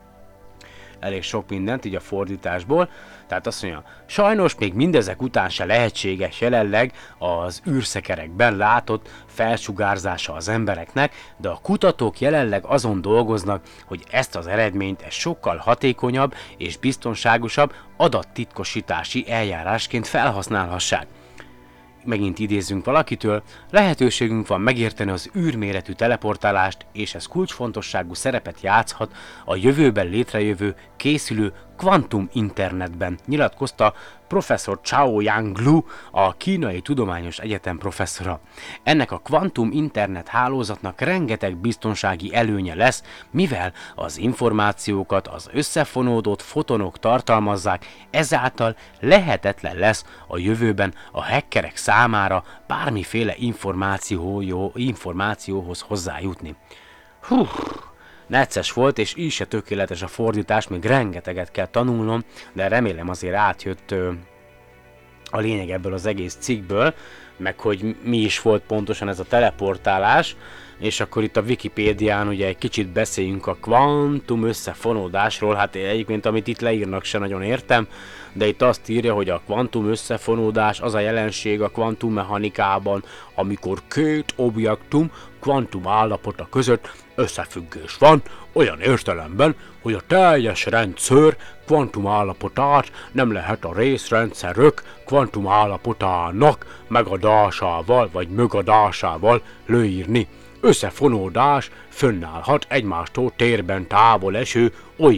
elég sok mindent így a fordításból. Tehát azt mondja, sajnos még mindezek után se lehetséges jelenleg az űrszekerekben látott felsugárzása az embereknek, de a kutatók jelenleg azon dolgoznak, hogy ezt az eredményt egy sokkal hatékonyabb és biztonságosabb adattitkosítási eljárásként felhasználhassák. Megint idézzünk valakitől, lehetőségünk van megérteni az űrméretű teleportálást, és ez kulcsfontosságú szerepet játszhat a jövőben létrejövő, készülő kvantum internetben, nyilatkozta professzor Chao Yang-lu, a Kínai Tudományos Egyetem professzora. Ennek a kvantum internet hálózatnak rengeteg biztonsági előnye lesz, mivel az információkat az összefonódott fotonok tartalmazzák, ezáltal lehetetlen lesz a jövőben a hackerek számára bármiféle információhoz hozzájutni. Necces volt, és így se tökéletes a fordítás, még rengeteget kell tanulnom, de remélem azért átjött a lényeg ebből az egész cikkből, meg hogy mi is volt pontosan ez a teleportálás, és akkor itt a Wikipédián ugye egy kicsit beszéljünk a kvantum összefonódásról, hát egyébként amit itt leírnak se nagyon értem, de itt azt írja, hogy a kvantum összefonódás az a jelenség a kvantummechanikában, amikor két objektum kvantum állapota között összefüggés van, olyan értelemben, hogy a teljes rendszer kvantum állapotát nem lehet a részrendszerök kvantum állapotának megadásával vagy mögadásával leírni. Összefonódás fönnállhat egymástól térben távol eső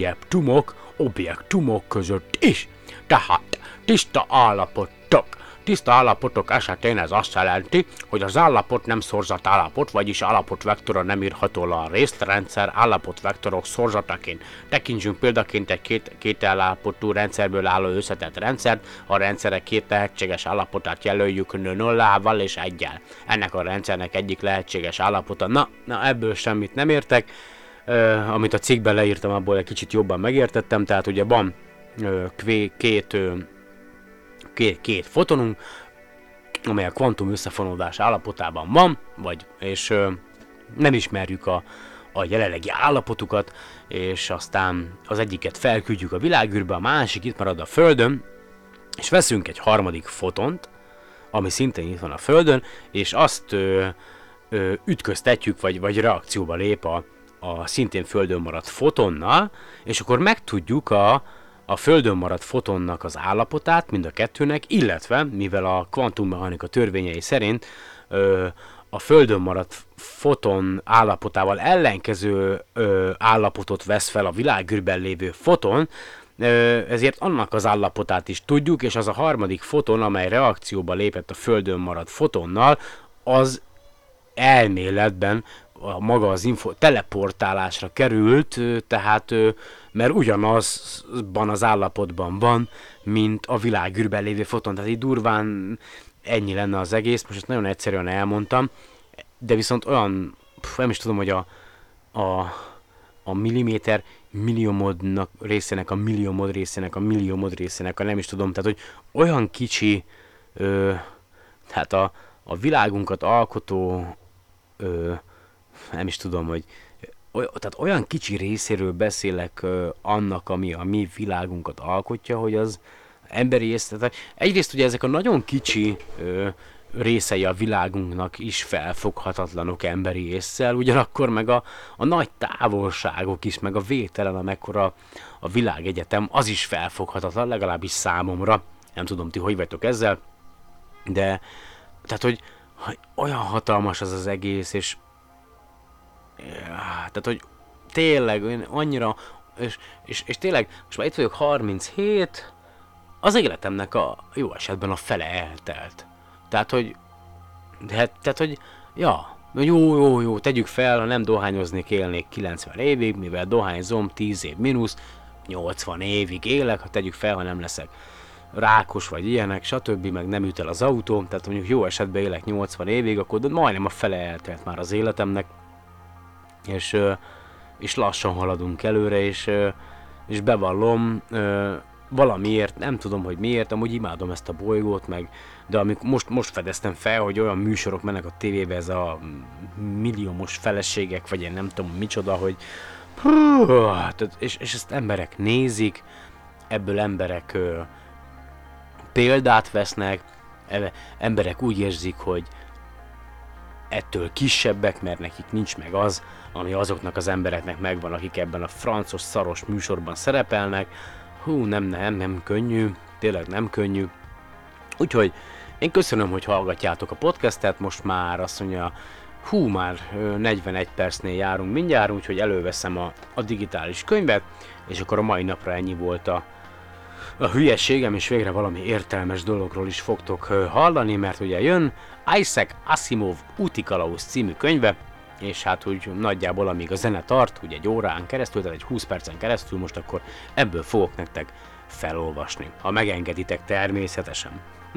objektumok között is. Tehát tiszta állapotok esetén ez azt jelenti, hogy az állapot nem szorzat állapot, vagyis állapotvektora nem írható le a részrendszer állapotvektorok szorzataként. Tekintsünk példaként egy két állapotú rendszerből álló összetett rendszert, a rendszerek két lehetséges állapotát jelöljük nullával és 1-jel. Ennek a rendszernek egyik lehetséges állapota, na ebből semmit nem értek, amit a cikkben leírtam, abból egy kicsit jobban megértettem, tehát ugye van két fotonunk, amely a kvantum összefonódás állapotában van, és nem ismerjük a jelenlegi állapotukat, és aztán az egyiket felküldjük a világűrbe, a másik itt marad a Földön, és veszünk egy harmadik fotont, ami szintén itt van a Földön, és azt ütköztetjük, vagy reakcióba lép a szintén Földön maradt fotonnal, és akkor megtudjuk a Földön maradt fotonnak az állapotát, mind a kettőnek, illetve, mivel a kvantummechanika törvényei szerint a Földön maradt foton állapotával ellenkező állapotot vesz fel a világűrben lévő foton, ezért annak az állapotát is tudjuk, és az a harmadik foton, amely reakcióba lépett a Földön maradt fotonnal, az elméletben maga az teleportálásra került, tehát mert ugyanazban az állapotban van, mint a világűrben lévő foton. Tehát így durván ennyi lenne az egész, most ezt nagyon egyszerűen elmondtam, de viszont olyan, nem is tudom, hogy a milliméter milliómod részének, a milliómod részének, a milliómod részének, nem is tudom, tehát hogy olyan kicsi, tehát a világunkat alkotó, nem is tudom, hogy tehát olyan kicsi részéről beszélek annak, ami a mi világunkat alkotja, hogy az emberi észre. Egyrészt ugye ezek a nagyon kicsi részei a világunknak is felfoghatatlanok emberi ésszel, ugyanakkor meg a nagy távolságok is, meg a végtelen, amekkora a világegyetem, az is felfoghatatlan, legalábbis számomra. Nem tudom, ti hogy vagytok ezzel. De, tehát, hogy olyan hatalmas az az egész, és tehát, hogy tényleg annyira, és tényleg, most már itt vagyok 37, az életemnek a jó esetben a fele eltelt. Tehát, hogy, jó, tegyük fel, ha nem dohányoznék, élnék 90 évig, mivel dohányzom 10 év mínusz, 80 évig élek, ha tegyük fel, ha nem leszek rákos vagy ilyenek, stb. Meg nem üt el az autó, tehát mondjuk jó esetben élek 80 évig, akkor majdnem a fele eltelt már az életemnek, és lassan haladunk előre, és bevallom, valamiért, nem tudom, hogy miért, amúgy imádom ezt a bolygót, de most fedeztem fel, hogy olyan műsorok mennek a tévébe, ez a milliómos feleségek, vagy én nem tudom micsoda, hogy és ezt emberek nézik, ebből emberek példát vesznek, emberek úgy érzik, hogy ettől kisebbek, mert nekik nincs meg az, ami azoknak az embereknek megvan, akik ebben a francos szaros műsorban szerepelnek. Nem könnyű, tényleg nem könnyű. Úgyhogy én köszönöm, hogy hallgatjátok a podcastet, most már azt mondja, már 41 percnél járunk mindjárt, úgyhogy előveszem a digitális könyvet, és akkor a mai napra ennyi volt a hülyeségem, és végre valami értelmes dologról is fogtok hallani, mert ugye jön Isaac Asimov Úti Kalauz című könyve, és hát úgy nagyjából amíg a zene tart, ugye egy órán keresztül, tehát egy 20 percen keresztül, most akkor ebből fogok nektek felolvasni, ha megengeditek természetesen.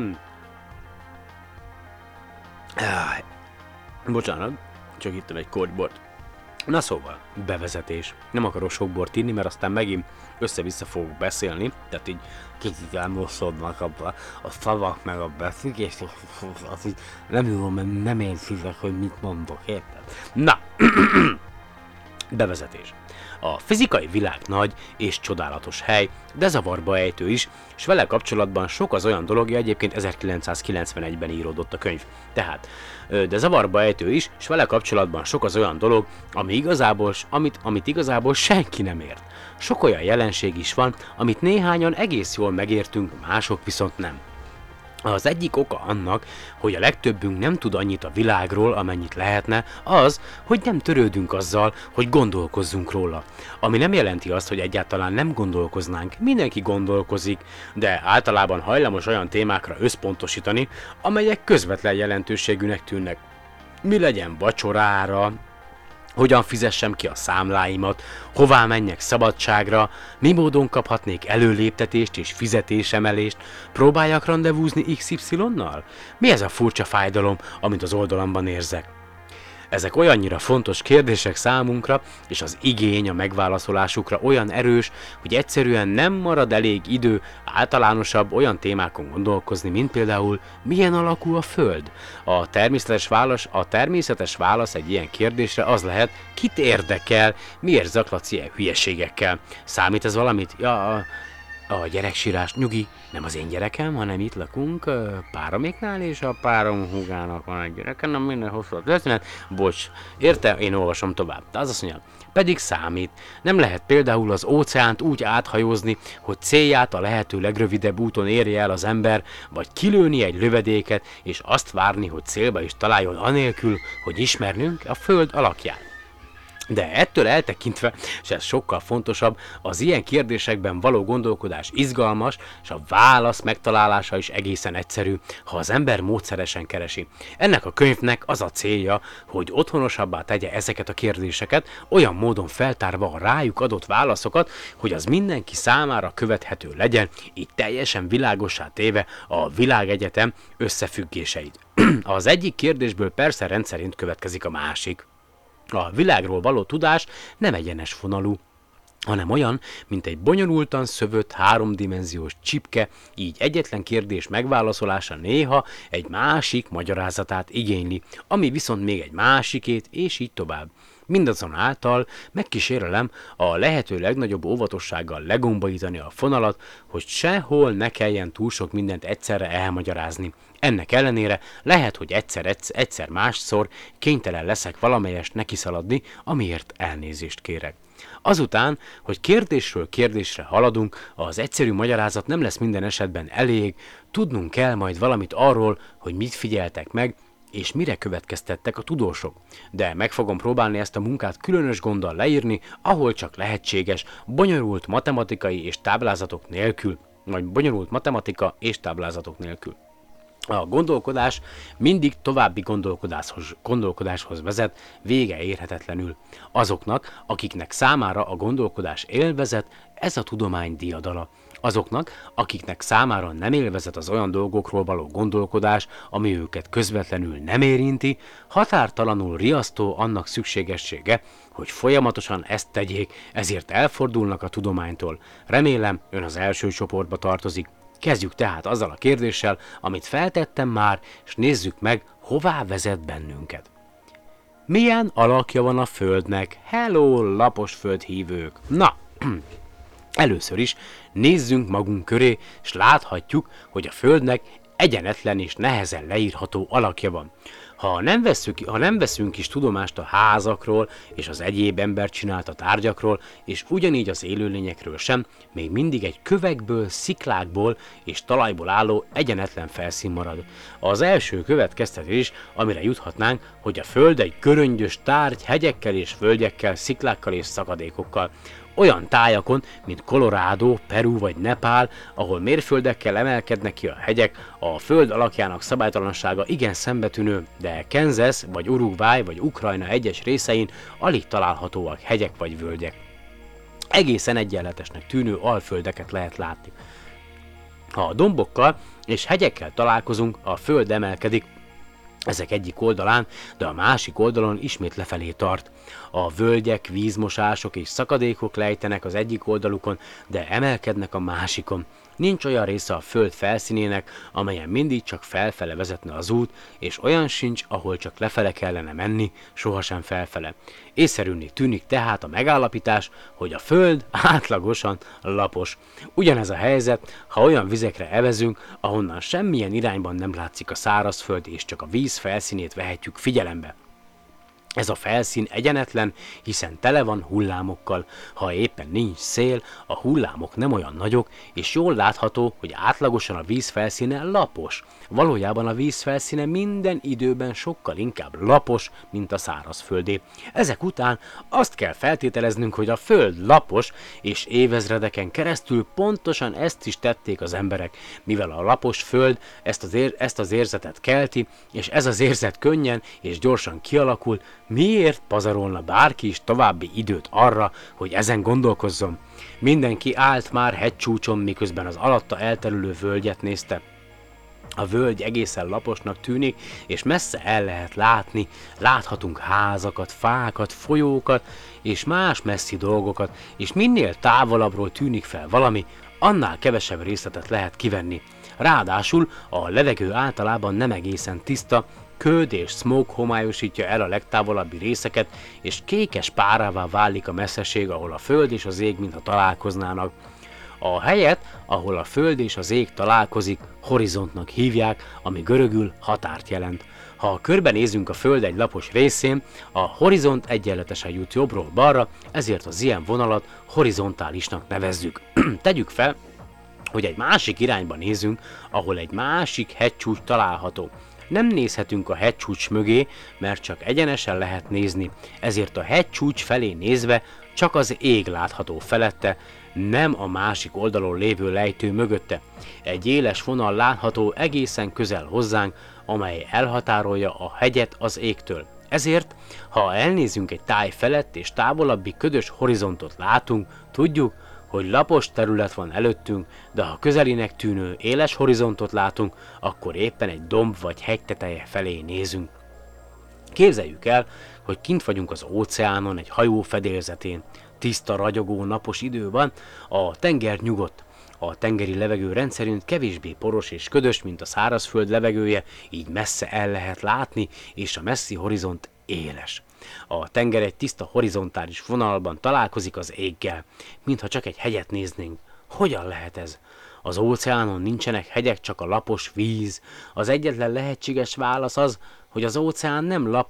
Bocsánat, csak ittem egy kortybort. Na szóval, bevezetés. Nem akarok sok bort inni, mert aztán megint össze-vissza fogok beszélni, tehát így kicsit elmoszodnak a szavak meg a beszél, és az így nem tudom, mert nem érzitek, hogy mit mondok, érted? Na, bevezetés. A fizikai világ nagy és csodálatos hely, de zavarba ejtő is, és vele kapcsolatban sok az olyan dolog, egyébként 1991-ben íródott a könyv. Tehát, de zavarba ejtő is, és vele kapcsolatban sok az olyan dolog, amit igazából senki nem ért. Sok olyan jelenség is van, amit néhányan egész jól megértünk, mások viszont nem. Az egyik oka annak, hogy a legtöbbünk nem tud annyit a világról, amennyit lehetne, az, hogy nem törődünk azzal, hogy gondolkozzunk róla. Ami nem jelenti azt, hogy egyáltalán nem gondolkoznánk, mindenki gondolkozik, de általában hajlamos olyan témákra összpontosítani, amelyek közvetlen jelentőségűnek tűnnek. Mi legyen vacsorára, hogyan fizessem ki a számláimat, hová menjek szabadságra, mi módon kaphatnék előléptetést és fizetésemelést, próbáljak randevúzni XY-nal? Mi ez a furcsa fájdalom, amit az oldalamban érzek? Ezek olyannyira fontos kérdések számunkra, és az igény a megválaszolásukra olyan erős, hogy egyszerűen nem marad elég idő általánosabb olyan témákon gondolkozni, mint például milyen alakú a Föld. A természetes válasz egy ilyen kérdésre az lehet, kit érdekel, miért zaklatsz ilyen hülyeségekkel. Számít ez valamit? Ja, a gyereksírás, nyugi, nem az én gyerekem, hanem itt lakunk pároméknál, és a párom húgának van egy gyereke, nem minden hosszú a történet. Bocs, érte? Én olvasom tovább. De az azt mondja, pedig számít. Nem lehet például az óceánt úgy áthajózni, hogy célját a lehető legrövidebb úton érje el az ember, vagy kilőni egy lövedéket, és azt várni, hogy célba is találjon anélkül, hogy ismernünk a Föld alakját. De ettől eltekintve, és ez sokkal fontosabb, az ilyen kérdésekben való gondolkodás izgalmas, és a válasz megtalálása is egészen egyszerű, ha az ember módszeresen keresi. Ennek a könyvnek az a célja, hogy otthonosabbá tegye ezeket a kérdéseket, olyan módon feltárva a rájuk adott válaszokat, hogy az mindenki számára követhető legyen, így teljesen világossá téve a világegyetem összefüggéseit. Az egyik kérdésből persze rendszerint következik a másik. A világról való tudás nem egyenes vonalú, hanem olyan, mint egy bonyolultan szövött háromdimenziós csipke, így egyetlen kérdés megválaszolása néha egy másik magyarázatát igényli, ami viszont még egy másikét, és így tovább. Mindazonáltal megkísérelem a lehető legnagyobb óvatossággal legombolítani a fonalat, hogy sehol ne kelljen túl sok mindent egyszerre elmagyarázni. Ennek ellenére lehet, hogy egyszer másszor kénytelen leszek valamelyest nekiszaladni, amiért elnézést kérek. Azután, hogy kérdésről kérdésre haladunk, az egyszerű magyarázat nem lesz minden esetben elég, tudnunk kell majd valamit arról, hogy mit figyeltek meg, és mire következtettek a tudósok. De meg fogom próbálni ezt a munkát különös gonddal leírni, ahol csak lehetséges, bonyolult matematikai és táblázatok nélkül, vagy bonyolult matematika és táblázatok nélkül. A gondolkodás mindig további gondolkodáshoz vezet, vége érhetetlenül. Azoknak, akiknek számára a gondolkodás élvezet, ez a tudomány diadala. Azoknak, akiknek számára nem élvezet az olyan dolgokról való gondolkodás, ami őket közvetlenül nem érinti, határtalanul riasztó annak szükségessége, hogy folyamatosan ezt tegyék, ezért elfordulnak a tudománytól. Remélem, ön az első csoportba tartozik. Kezdjük tehát azzal a kérdéssel, amit feltettem már, és nézzük meg, hová vezet bennünket. Milyen alakja van a Földnek? Hello, lapos földhívők! Na, először is nézzünk magunk köré, és láthatjuk, hogy a Földnek egyenetlen és nehezen leírható alakja van. Ha nem veszünk is tudomást a házakról és az egyéb ember csinálta tárgyakról, és ugyanígy az élőlényekről sem, még mindig egy kövekből, sziklákból és talajból álló egyenetlen felszín marad. Az első következtetés, amire juthatnánk, hogy a Föld egy göröngyös tárgy hegyekkel és völgyekkel, sziklákkal és szakadékokkal. Olyan tájakon, mint Colorado, Peru vagy Nepál, ahol mérföldekkel emelkednek ki a hegyek, a föld alakjának szabálytalansága igen szembetűnő, de Kansas vagy Uruguay vagy Ukrajna egyes részein alig találhatóak hegyek vagy völgyek. Egészen egyenletesnek tűnő alföldeket lehet látni. Ha a dombokkal és hegyekkel találkozunk, a föld emelkedik, ezek egyik oldalán, de a másik oldalon ismét lefelé tart. A völgyek, vízmosások és szakadékok lejtenek az egyik oldalukon, de emelkednek a másikon. Nincs olyan része a föld felszínének, amelyen mindig csak felfele vezetne az út, és olyan sincs, ahol csak lefele kellene menni, sohasem felfele. Észszerűnek tűnik tehát a megállapítás, hogy a föld átlagosan lapos. Ugyanez a helyzet, ha olyan vizekre evezünk, ahonnan semmilyen irányban nem látszik a szárazföld, és csak a víz felszínét vehetjük figyelembe. Ez a felszín egyenetlen, hiszen tele van hullámokkal. Ha éppen nincs szél, a hullámok nem olyan nagyok, és jól látható, hogy átlagosan a víz felszíne lapos. Valójában a víz felszíne minden időben sokkal inkább lapos, mint a szárazföldé. Ezek után azt kell feltételeznünk, hogy a föld lapos, és évezredeken keresztül pontosan ezt is tették az emberek, mivel a lapos föld ezt az érzetet kelti, és ez az érzet könnyen és gyorsan kialakul. Miért pazarolna bárki is további időt arra, hogy ezen gondolkozzon? Mindenki állt már hegycsúcson, miközben az alatta elterülő völgyet nézte. A völgy egészen laposnak tűnik, és messze el lehet látni, láthatunk házakat, fákat, folyókat, és más messzi dolgokat, és minél távolabbról tűnik fel valami, annál kevesebb részletet lehet kivenni. Ráadásul a levegő általában nem egészen tiszta, köd és smoke homályosítja el a legtávolabbi részeket, és kékes párává válik a messzeség, ahol a föld és az ég mintha találkoznának. A helyet, ahol a föld és az ég találkozik, horizontnak hívják, ami görögül határt jelent. Ha körbenézünk a föld egy lapos részén, a horizont egyenletesen jut jobbról balra, ezért az ilyen vonalat horizontálisnak nevezzük. Tegyük fel, hogy egy másik irányba nézünk, ahol egy másik hegycsúcs található. Nem nézhetünk a hegycsúcs mögé, mert csak egyenesen lehet nézni, ezért a hegycsúcs felé nézve csak az ég látható felette, nem a másik oldalon lévő lejtő mögötte. Egy éles vonal látható egészen közel hozzánk, amely elhatárolja a hegyet az égtől. Ezért, ha elnézünk egy táj felett és távolabbi ködös horizontot látunk, tudjuk, hogy lapos terület van előttünk, de ha közelinek tűnő éles horizontot látunk, akkor éppen egy domb vagy hegy teteje felé nézünk. Képzeljük el, hogy kint vagyunk az óceánon, egy hajó fedélzetén. Tiszta, ragyogó, napos idő van, a tenger nyugodt. A tengeri levegő rendszerint kevésbé poros és ködös, mint a szárazföld levegője, így messze el lehet látni, és a messzi horizont éles. A tenger egy tiszta horizontális vonalban találkozik az éggel, mintha csak egy hegyet néznénk. Hogyan lehet ez? Az óceánon nincsenek hegyek, csak a lapos víz. Az egyetlen lehetséges válasz az, hogy az óceán nem lapos,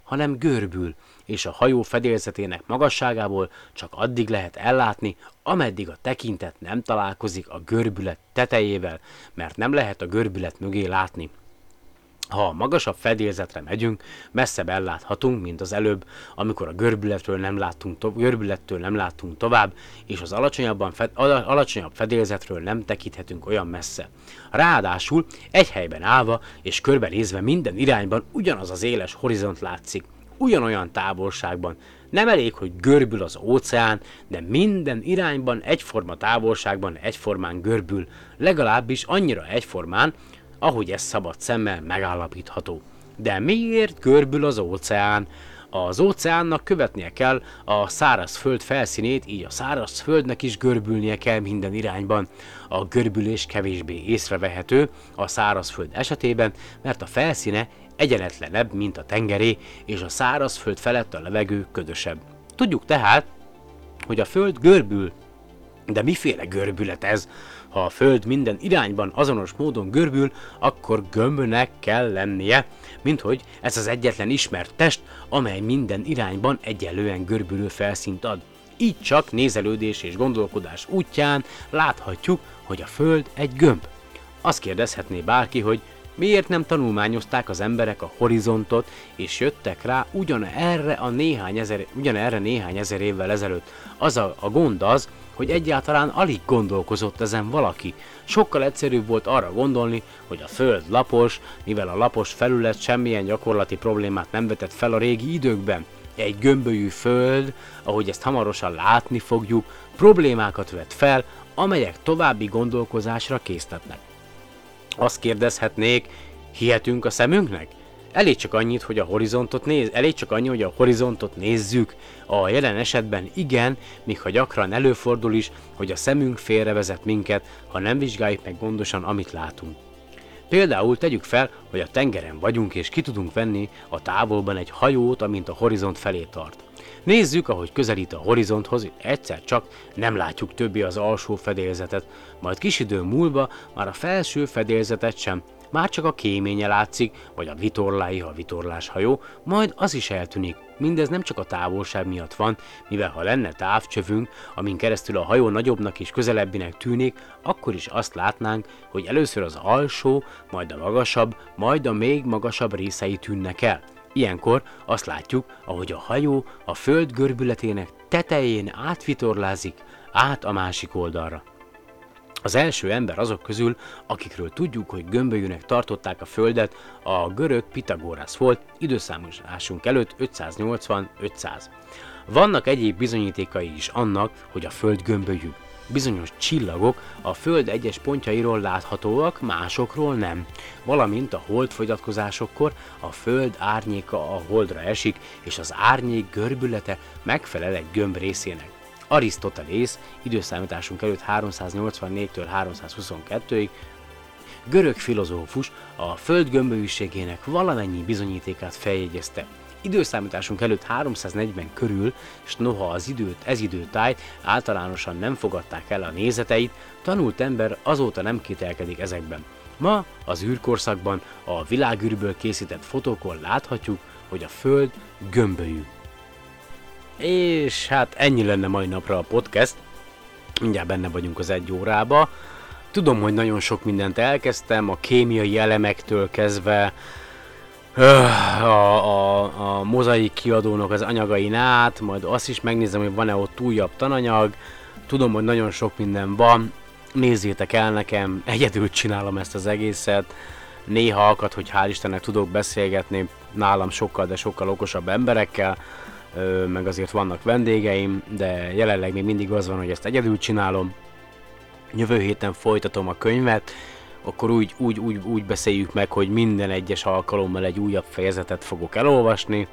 hanem görbül, és a hajó fedélzetének magasságából csak addig lehet ellátni, ameddig a tekintet nem találkozik a görbület tetejével, mert nem lehet a görbület mögé látni. Ha a magasabb fedélzetre megyünk, messzebb elláthatunk, mint az előbb, amikor a görbülettől nem láttunk tovább, és az alacsonyabb fedélzetről nem tekinthetünk olyan messze. Ráadásul egy helyben állva és körbenézve minden irányban ugyanaz az éles horizont látszik, ugyanolyan távolságban. Nem elég, hogy görbül az óceán, de minden irányban egyforma távolságban egyformán görbül, legalábbis annyira egyformán, ahogy ez szabad szemmel megállapítható. De miért görbül az óceán? Az óceánnak követnie kell a szárazföld felszínét, így a szárazföldnek is görbülnie kell minden irányban. A görbülés kevésbé észrevehető a szárazföld esetében, mert a felszíne egyenetlenebb, mint a tengeré, és a szárazföld felett a levegő ködösebb. Tudjuk tehát, hogy a föld görbül. De miféle görbület ez? Ha a föld minden irányban azonos módon görbül, akkor gömbnek kell lennie, minthogy ez az egyetlen ismert test, amely minden irányban egyenlően görbülő felszínt ad. Így csak nézelődés és gondolkodás útján láthatjuk, hogy a föld egy gömb. Azt kérdezhetné bárki, hogy miért nem tanulmányozták az emberek a horizontot, és jöttek rá ugyanerre néhány ezer évvel ezelőtt. A gond az, hogy egyáltalán alig gondolkozott ezen valaki. Sokkal egyszerűbb volt arra gondolni, hogy a föld lapos, mivel a lapos felület semmilyen gyakorlati problémát nem vetett fel a régi időkben. Egy gömbölyű föld, ahogy ezt hamarosan látni fogjuk, problémákat vet fel, amelyek további gondolkozásra késztetnek. Azt kérdezhetnék, hihetünk a szemünknek? Elég csak annyi, hogy a horizontot nézzük. A jelen esetben igen, míg ha gyakran előfordul is, hogy a szemünk félrevezet minket, ha nem vizsgáljuk meg gondosan, amit látunk. Például tegyük fel, hogy a tengeren vagyunk, és ki tudunk venni a távolban egy hajót, amint a horizont felé tart. Nézzük, ahogy közelít a horizonthoz, egyszer csak nem látjuk többé az alsó fedélzetet, majd kis idő múlva már a felső fedélzetet sem, már csak a kéménye látszik, vagy a vitorlái, ha vitorlás hajó, majd az is eltűnik. Mindez nem csak a távolság miatt van, mivel ha lenne távcsövünk, amin keresztül a hajó nagyobbnak és közelebbinek tűnik, akkor is azt látnánk, hogy először az alsó, majd a magasabb, majd a még magasabb részei tűnnek el. Ilyenkor azt látjuk, ahogy a hajó a föld görbületének tetején átvitorlázik át a másik oldalra. Az első ember azok közül, akikről tudjuk, hogy gömbölyűnek tartották a földet, a görög Pitagorasz volt, időszámításunk előtt 580-500. Vannak egyéb bizonyítékai is annak, hogy a föld gömbölyű. Bizonyos csillagok a föld egyes pontjairól láthatóak, másokról nem. Valamint a holdfogyatkozásokkor a föld árnyéka a holdra esik, és az árnyék görbülete megfelel egy gömb részének. Arisztotelész, időszámításunk előtt 384-től 322-ig, görög filozófus a föld gömbölyűségének valamennyi bizonyítékát feljegyezte. Időszámításunk előtt 340 körül, és noha ez időtájt általánosan nem fogadták el a nézeteit, tanult ember azóta nem kételkedik ezekben. Ma az űrkorszakban a világűrből készített fotókon láthatjuk, hogy a föld gömbölyű. És hát ennyi lenne mai napra a podcast. Mindjárt benne vagyunk az 1 órába. Tudom, hogy nagyon sok mindent elkezdtem, a kémiai elemektől kezdve a mozaik kiadónak az anyagain át, majd azt is megnézem, hogy van-e ott újabb tananyag. Tudom, hogy nagyon sok minden van. Nézzétek el nekem, egyedül csinálom ezt az egészet. Néha akad, hogy hál' Istennek tudok beszélgetni nálam sokkal, de sokkal okosabb emberekkel, meg azért vannak vendégeim, de jelenleg még mindig az van, hogy ezt egyedül csinálom. Jövő héten folytatom a könyvet, akkor úgy beszéljük meg, hogy minden egyes alkalommal egy újabb fejezetet fogok elolvasni,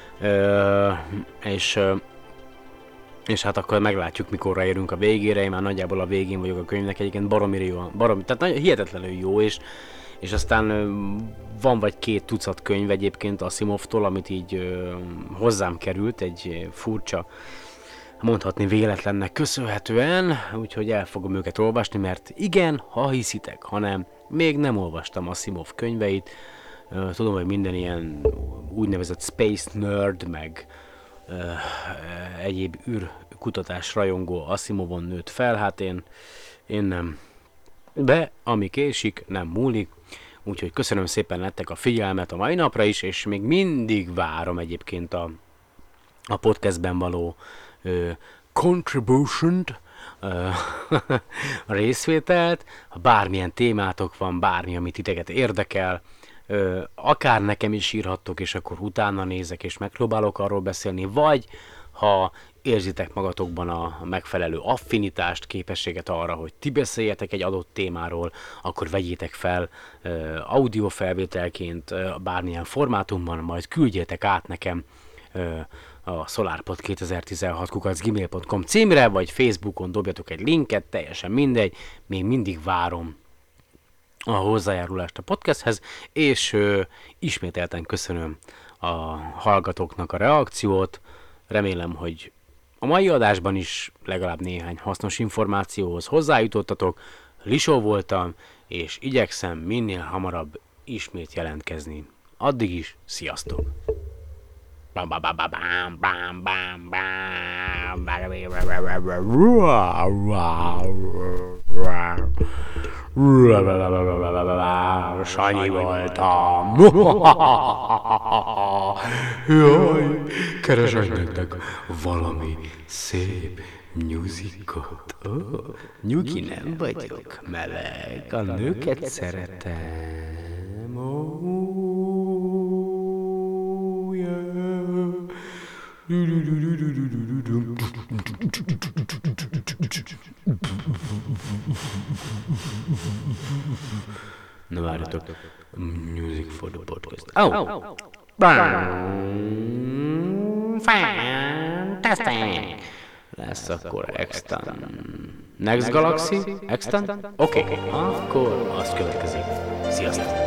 és hát akkor meglátjuk, mikorra érünk a végére. Én már nagyjából a végén vagyok a könyvnek, egyébként tehát hihetetlenül jó, és aztán van vagy 2 tucat könyv egyébként Asimovtól, amit így hozzám került, egy furcsa, mondhatni véletlennek köszönhetően, úgyhogy el fogom őket olvasni, mert igen, ha hiszitek, hanem még nem olvastam Asimov könyveit. Tudom, hogy minden ilyen úgynevezett Space Nerd, meg egyéb űrkutatás rajongó Asimovon nőtt fel, hát én nem. De ami késik, nem múlik. Úgyhogy köszönöm szépen nektek a figyelmet a mai napra is, és még mindig várom egyébként a podcastben való contribution-t, a részvételt, ha bármilyen témátok van, bármi, amit titeket érdekel, akár nekem is írhattok, és akkor utána nézek, és megpróbálok arról beszélni, vagy ha érzitek magatokban a megfelelő affinitást, képességet arra, hogy ti beszéljetek egy adott témáról, akkor vegyétek fel audiofelvételként bármilyen formátumban, majd küldjétek át nekem a solarpod2016@gmail.com címre, vagy Facebookon dobjatok egy linket, teljesen mindegy, még mindig várom a hozzájárulást a podcasthez, és ismételten köszönöm a hallgatóknak a reakciót, remélem, hogy a mai adásban is legalább néhány hasznos információhoz hozzájutottatok, Lisó voltam, és igyekszem minél hamarabb ismét jelentkezni. Addig is, sziasztok! Sanyi voltam. Jaj, keresek nektek valami szép musicot. Nyugi nem vagyok, meleg, a nőket szeretem. Oh, yeah. Na várjatok. Music for the podcast. Oh! Fantastic! Lesz akkor Extant. Next Galaxy? Extant? Oké, akkor az következik. Sziasztok!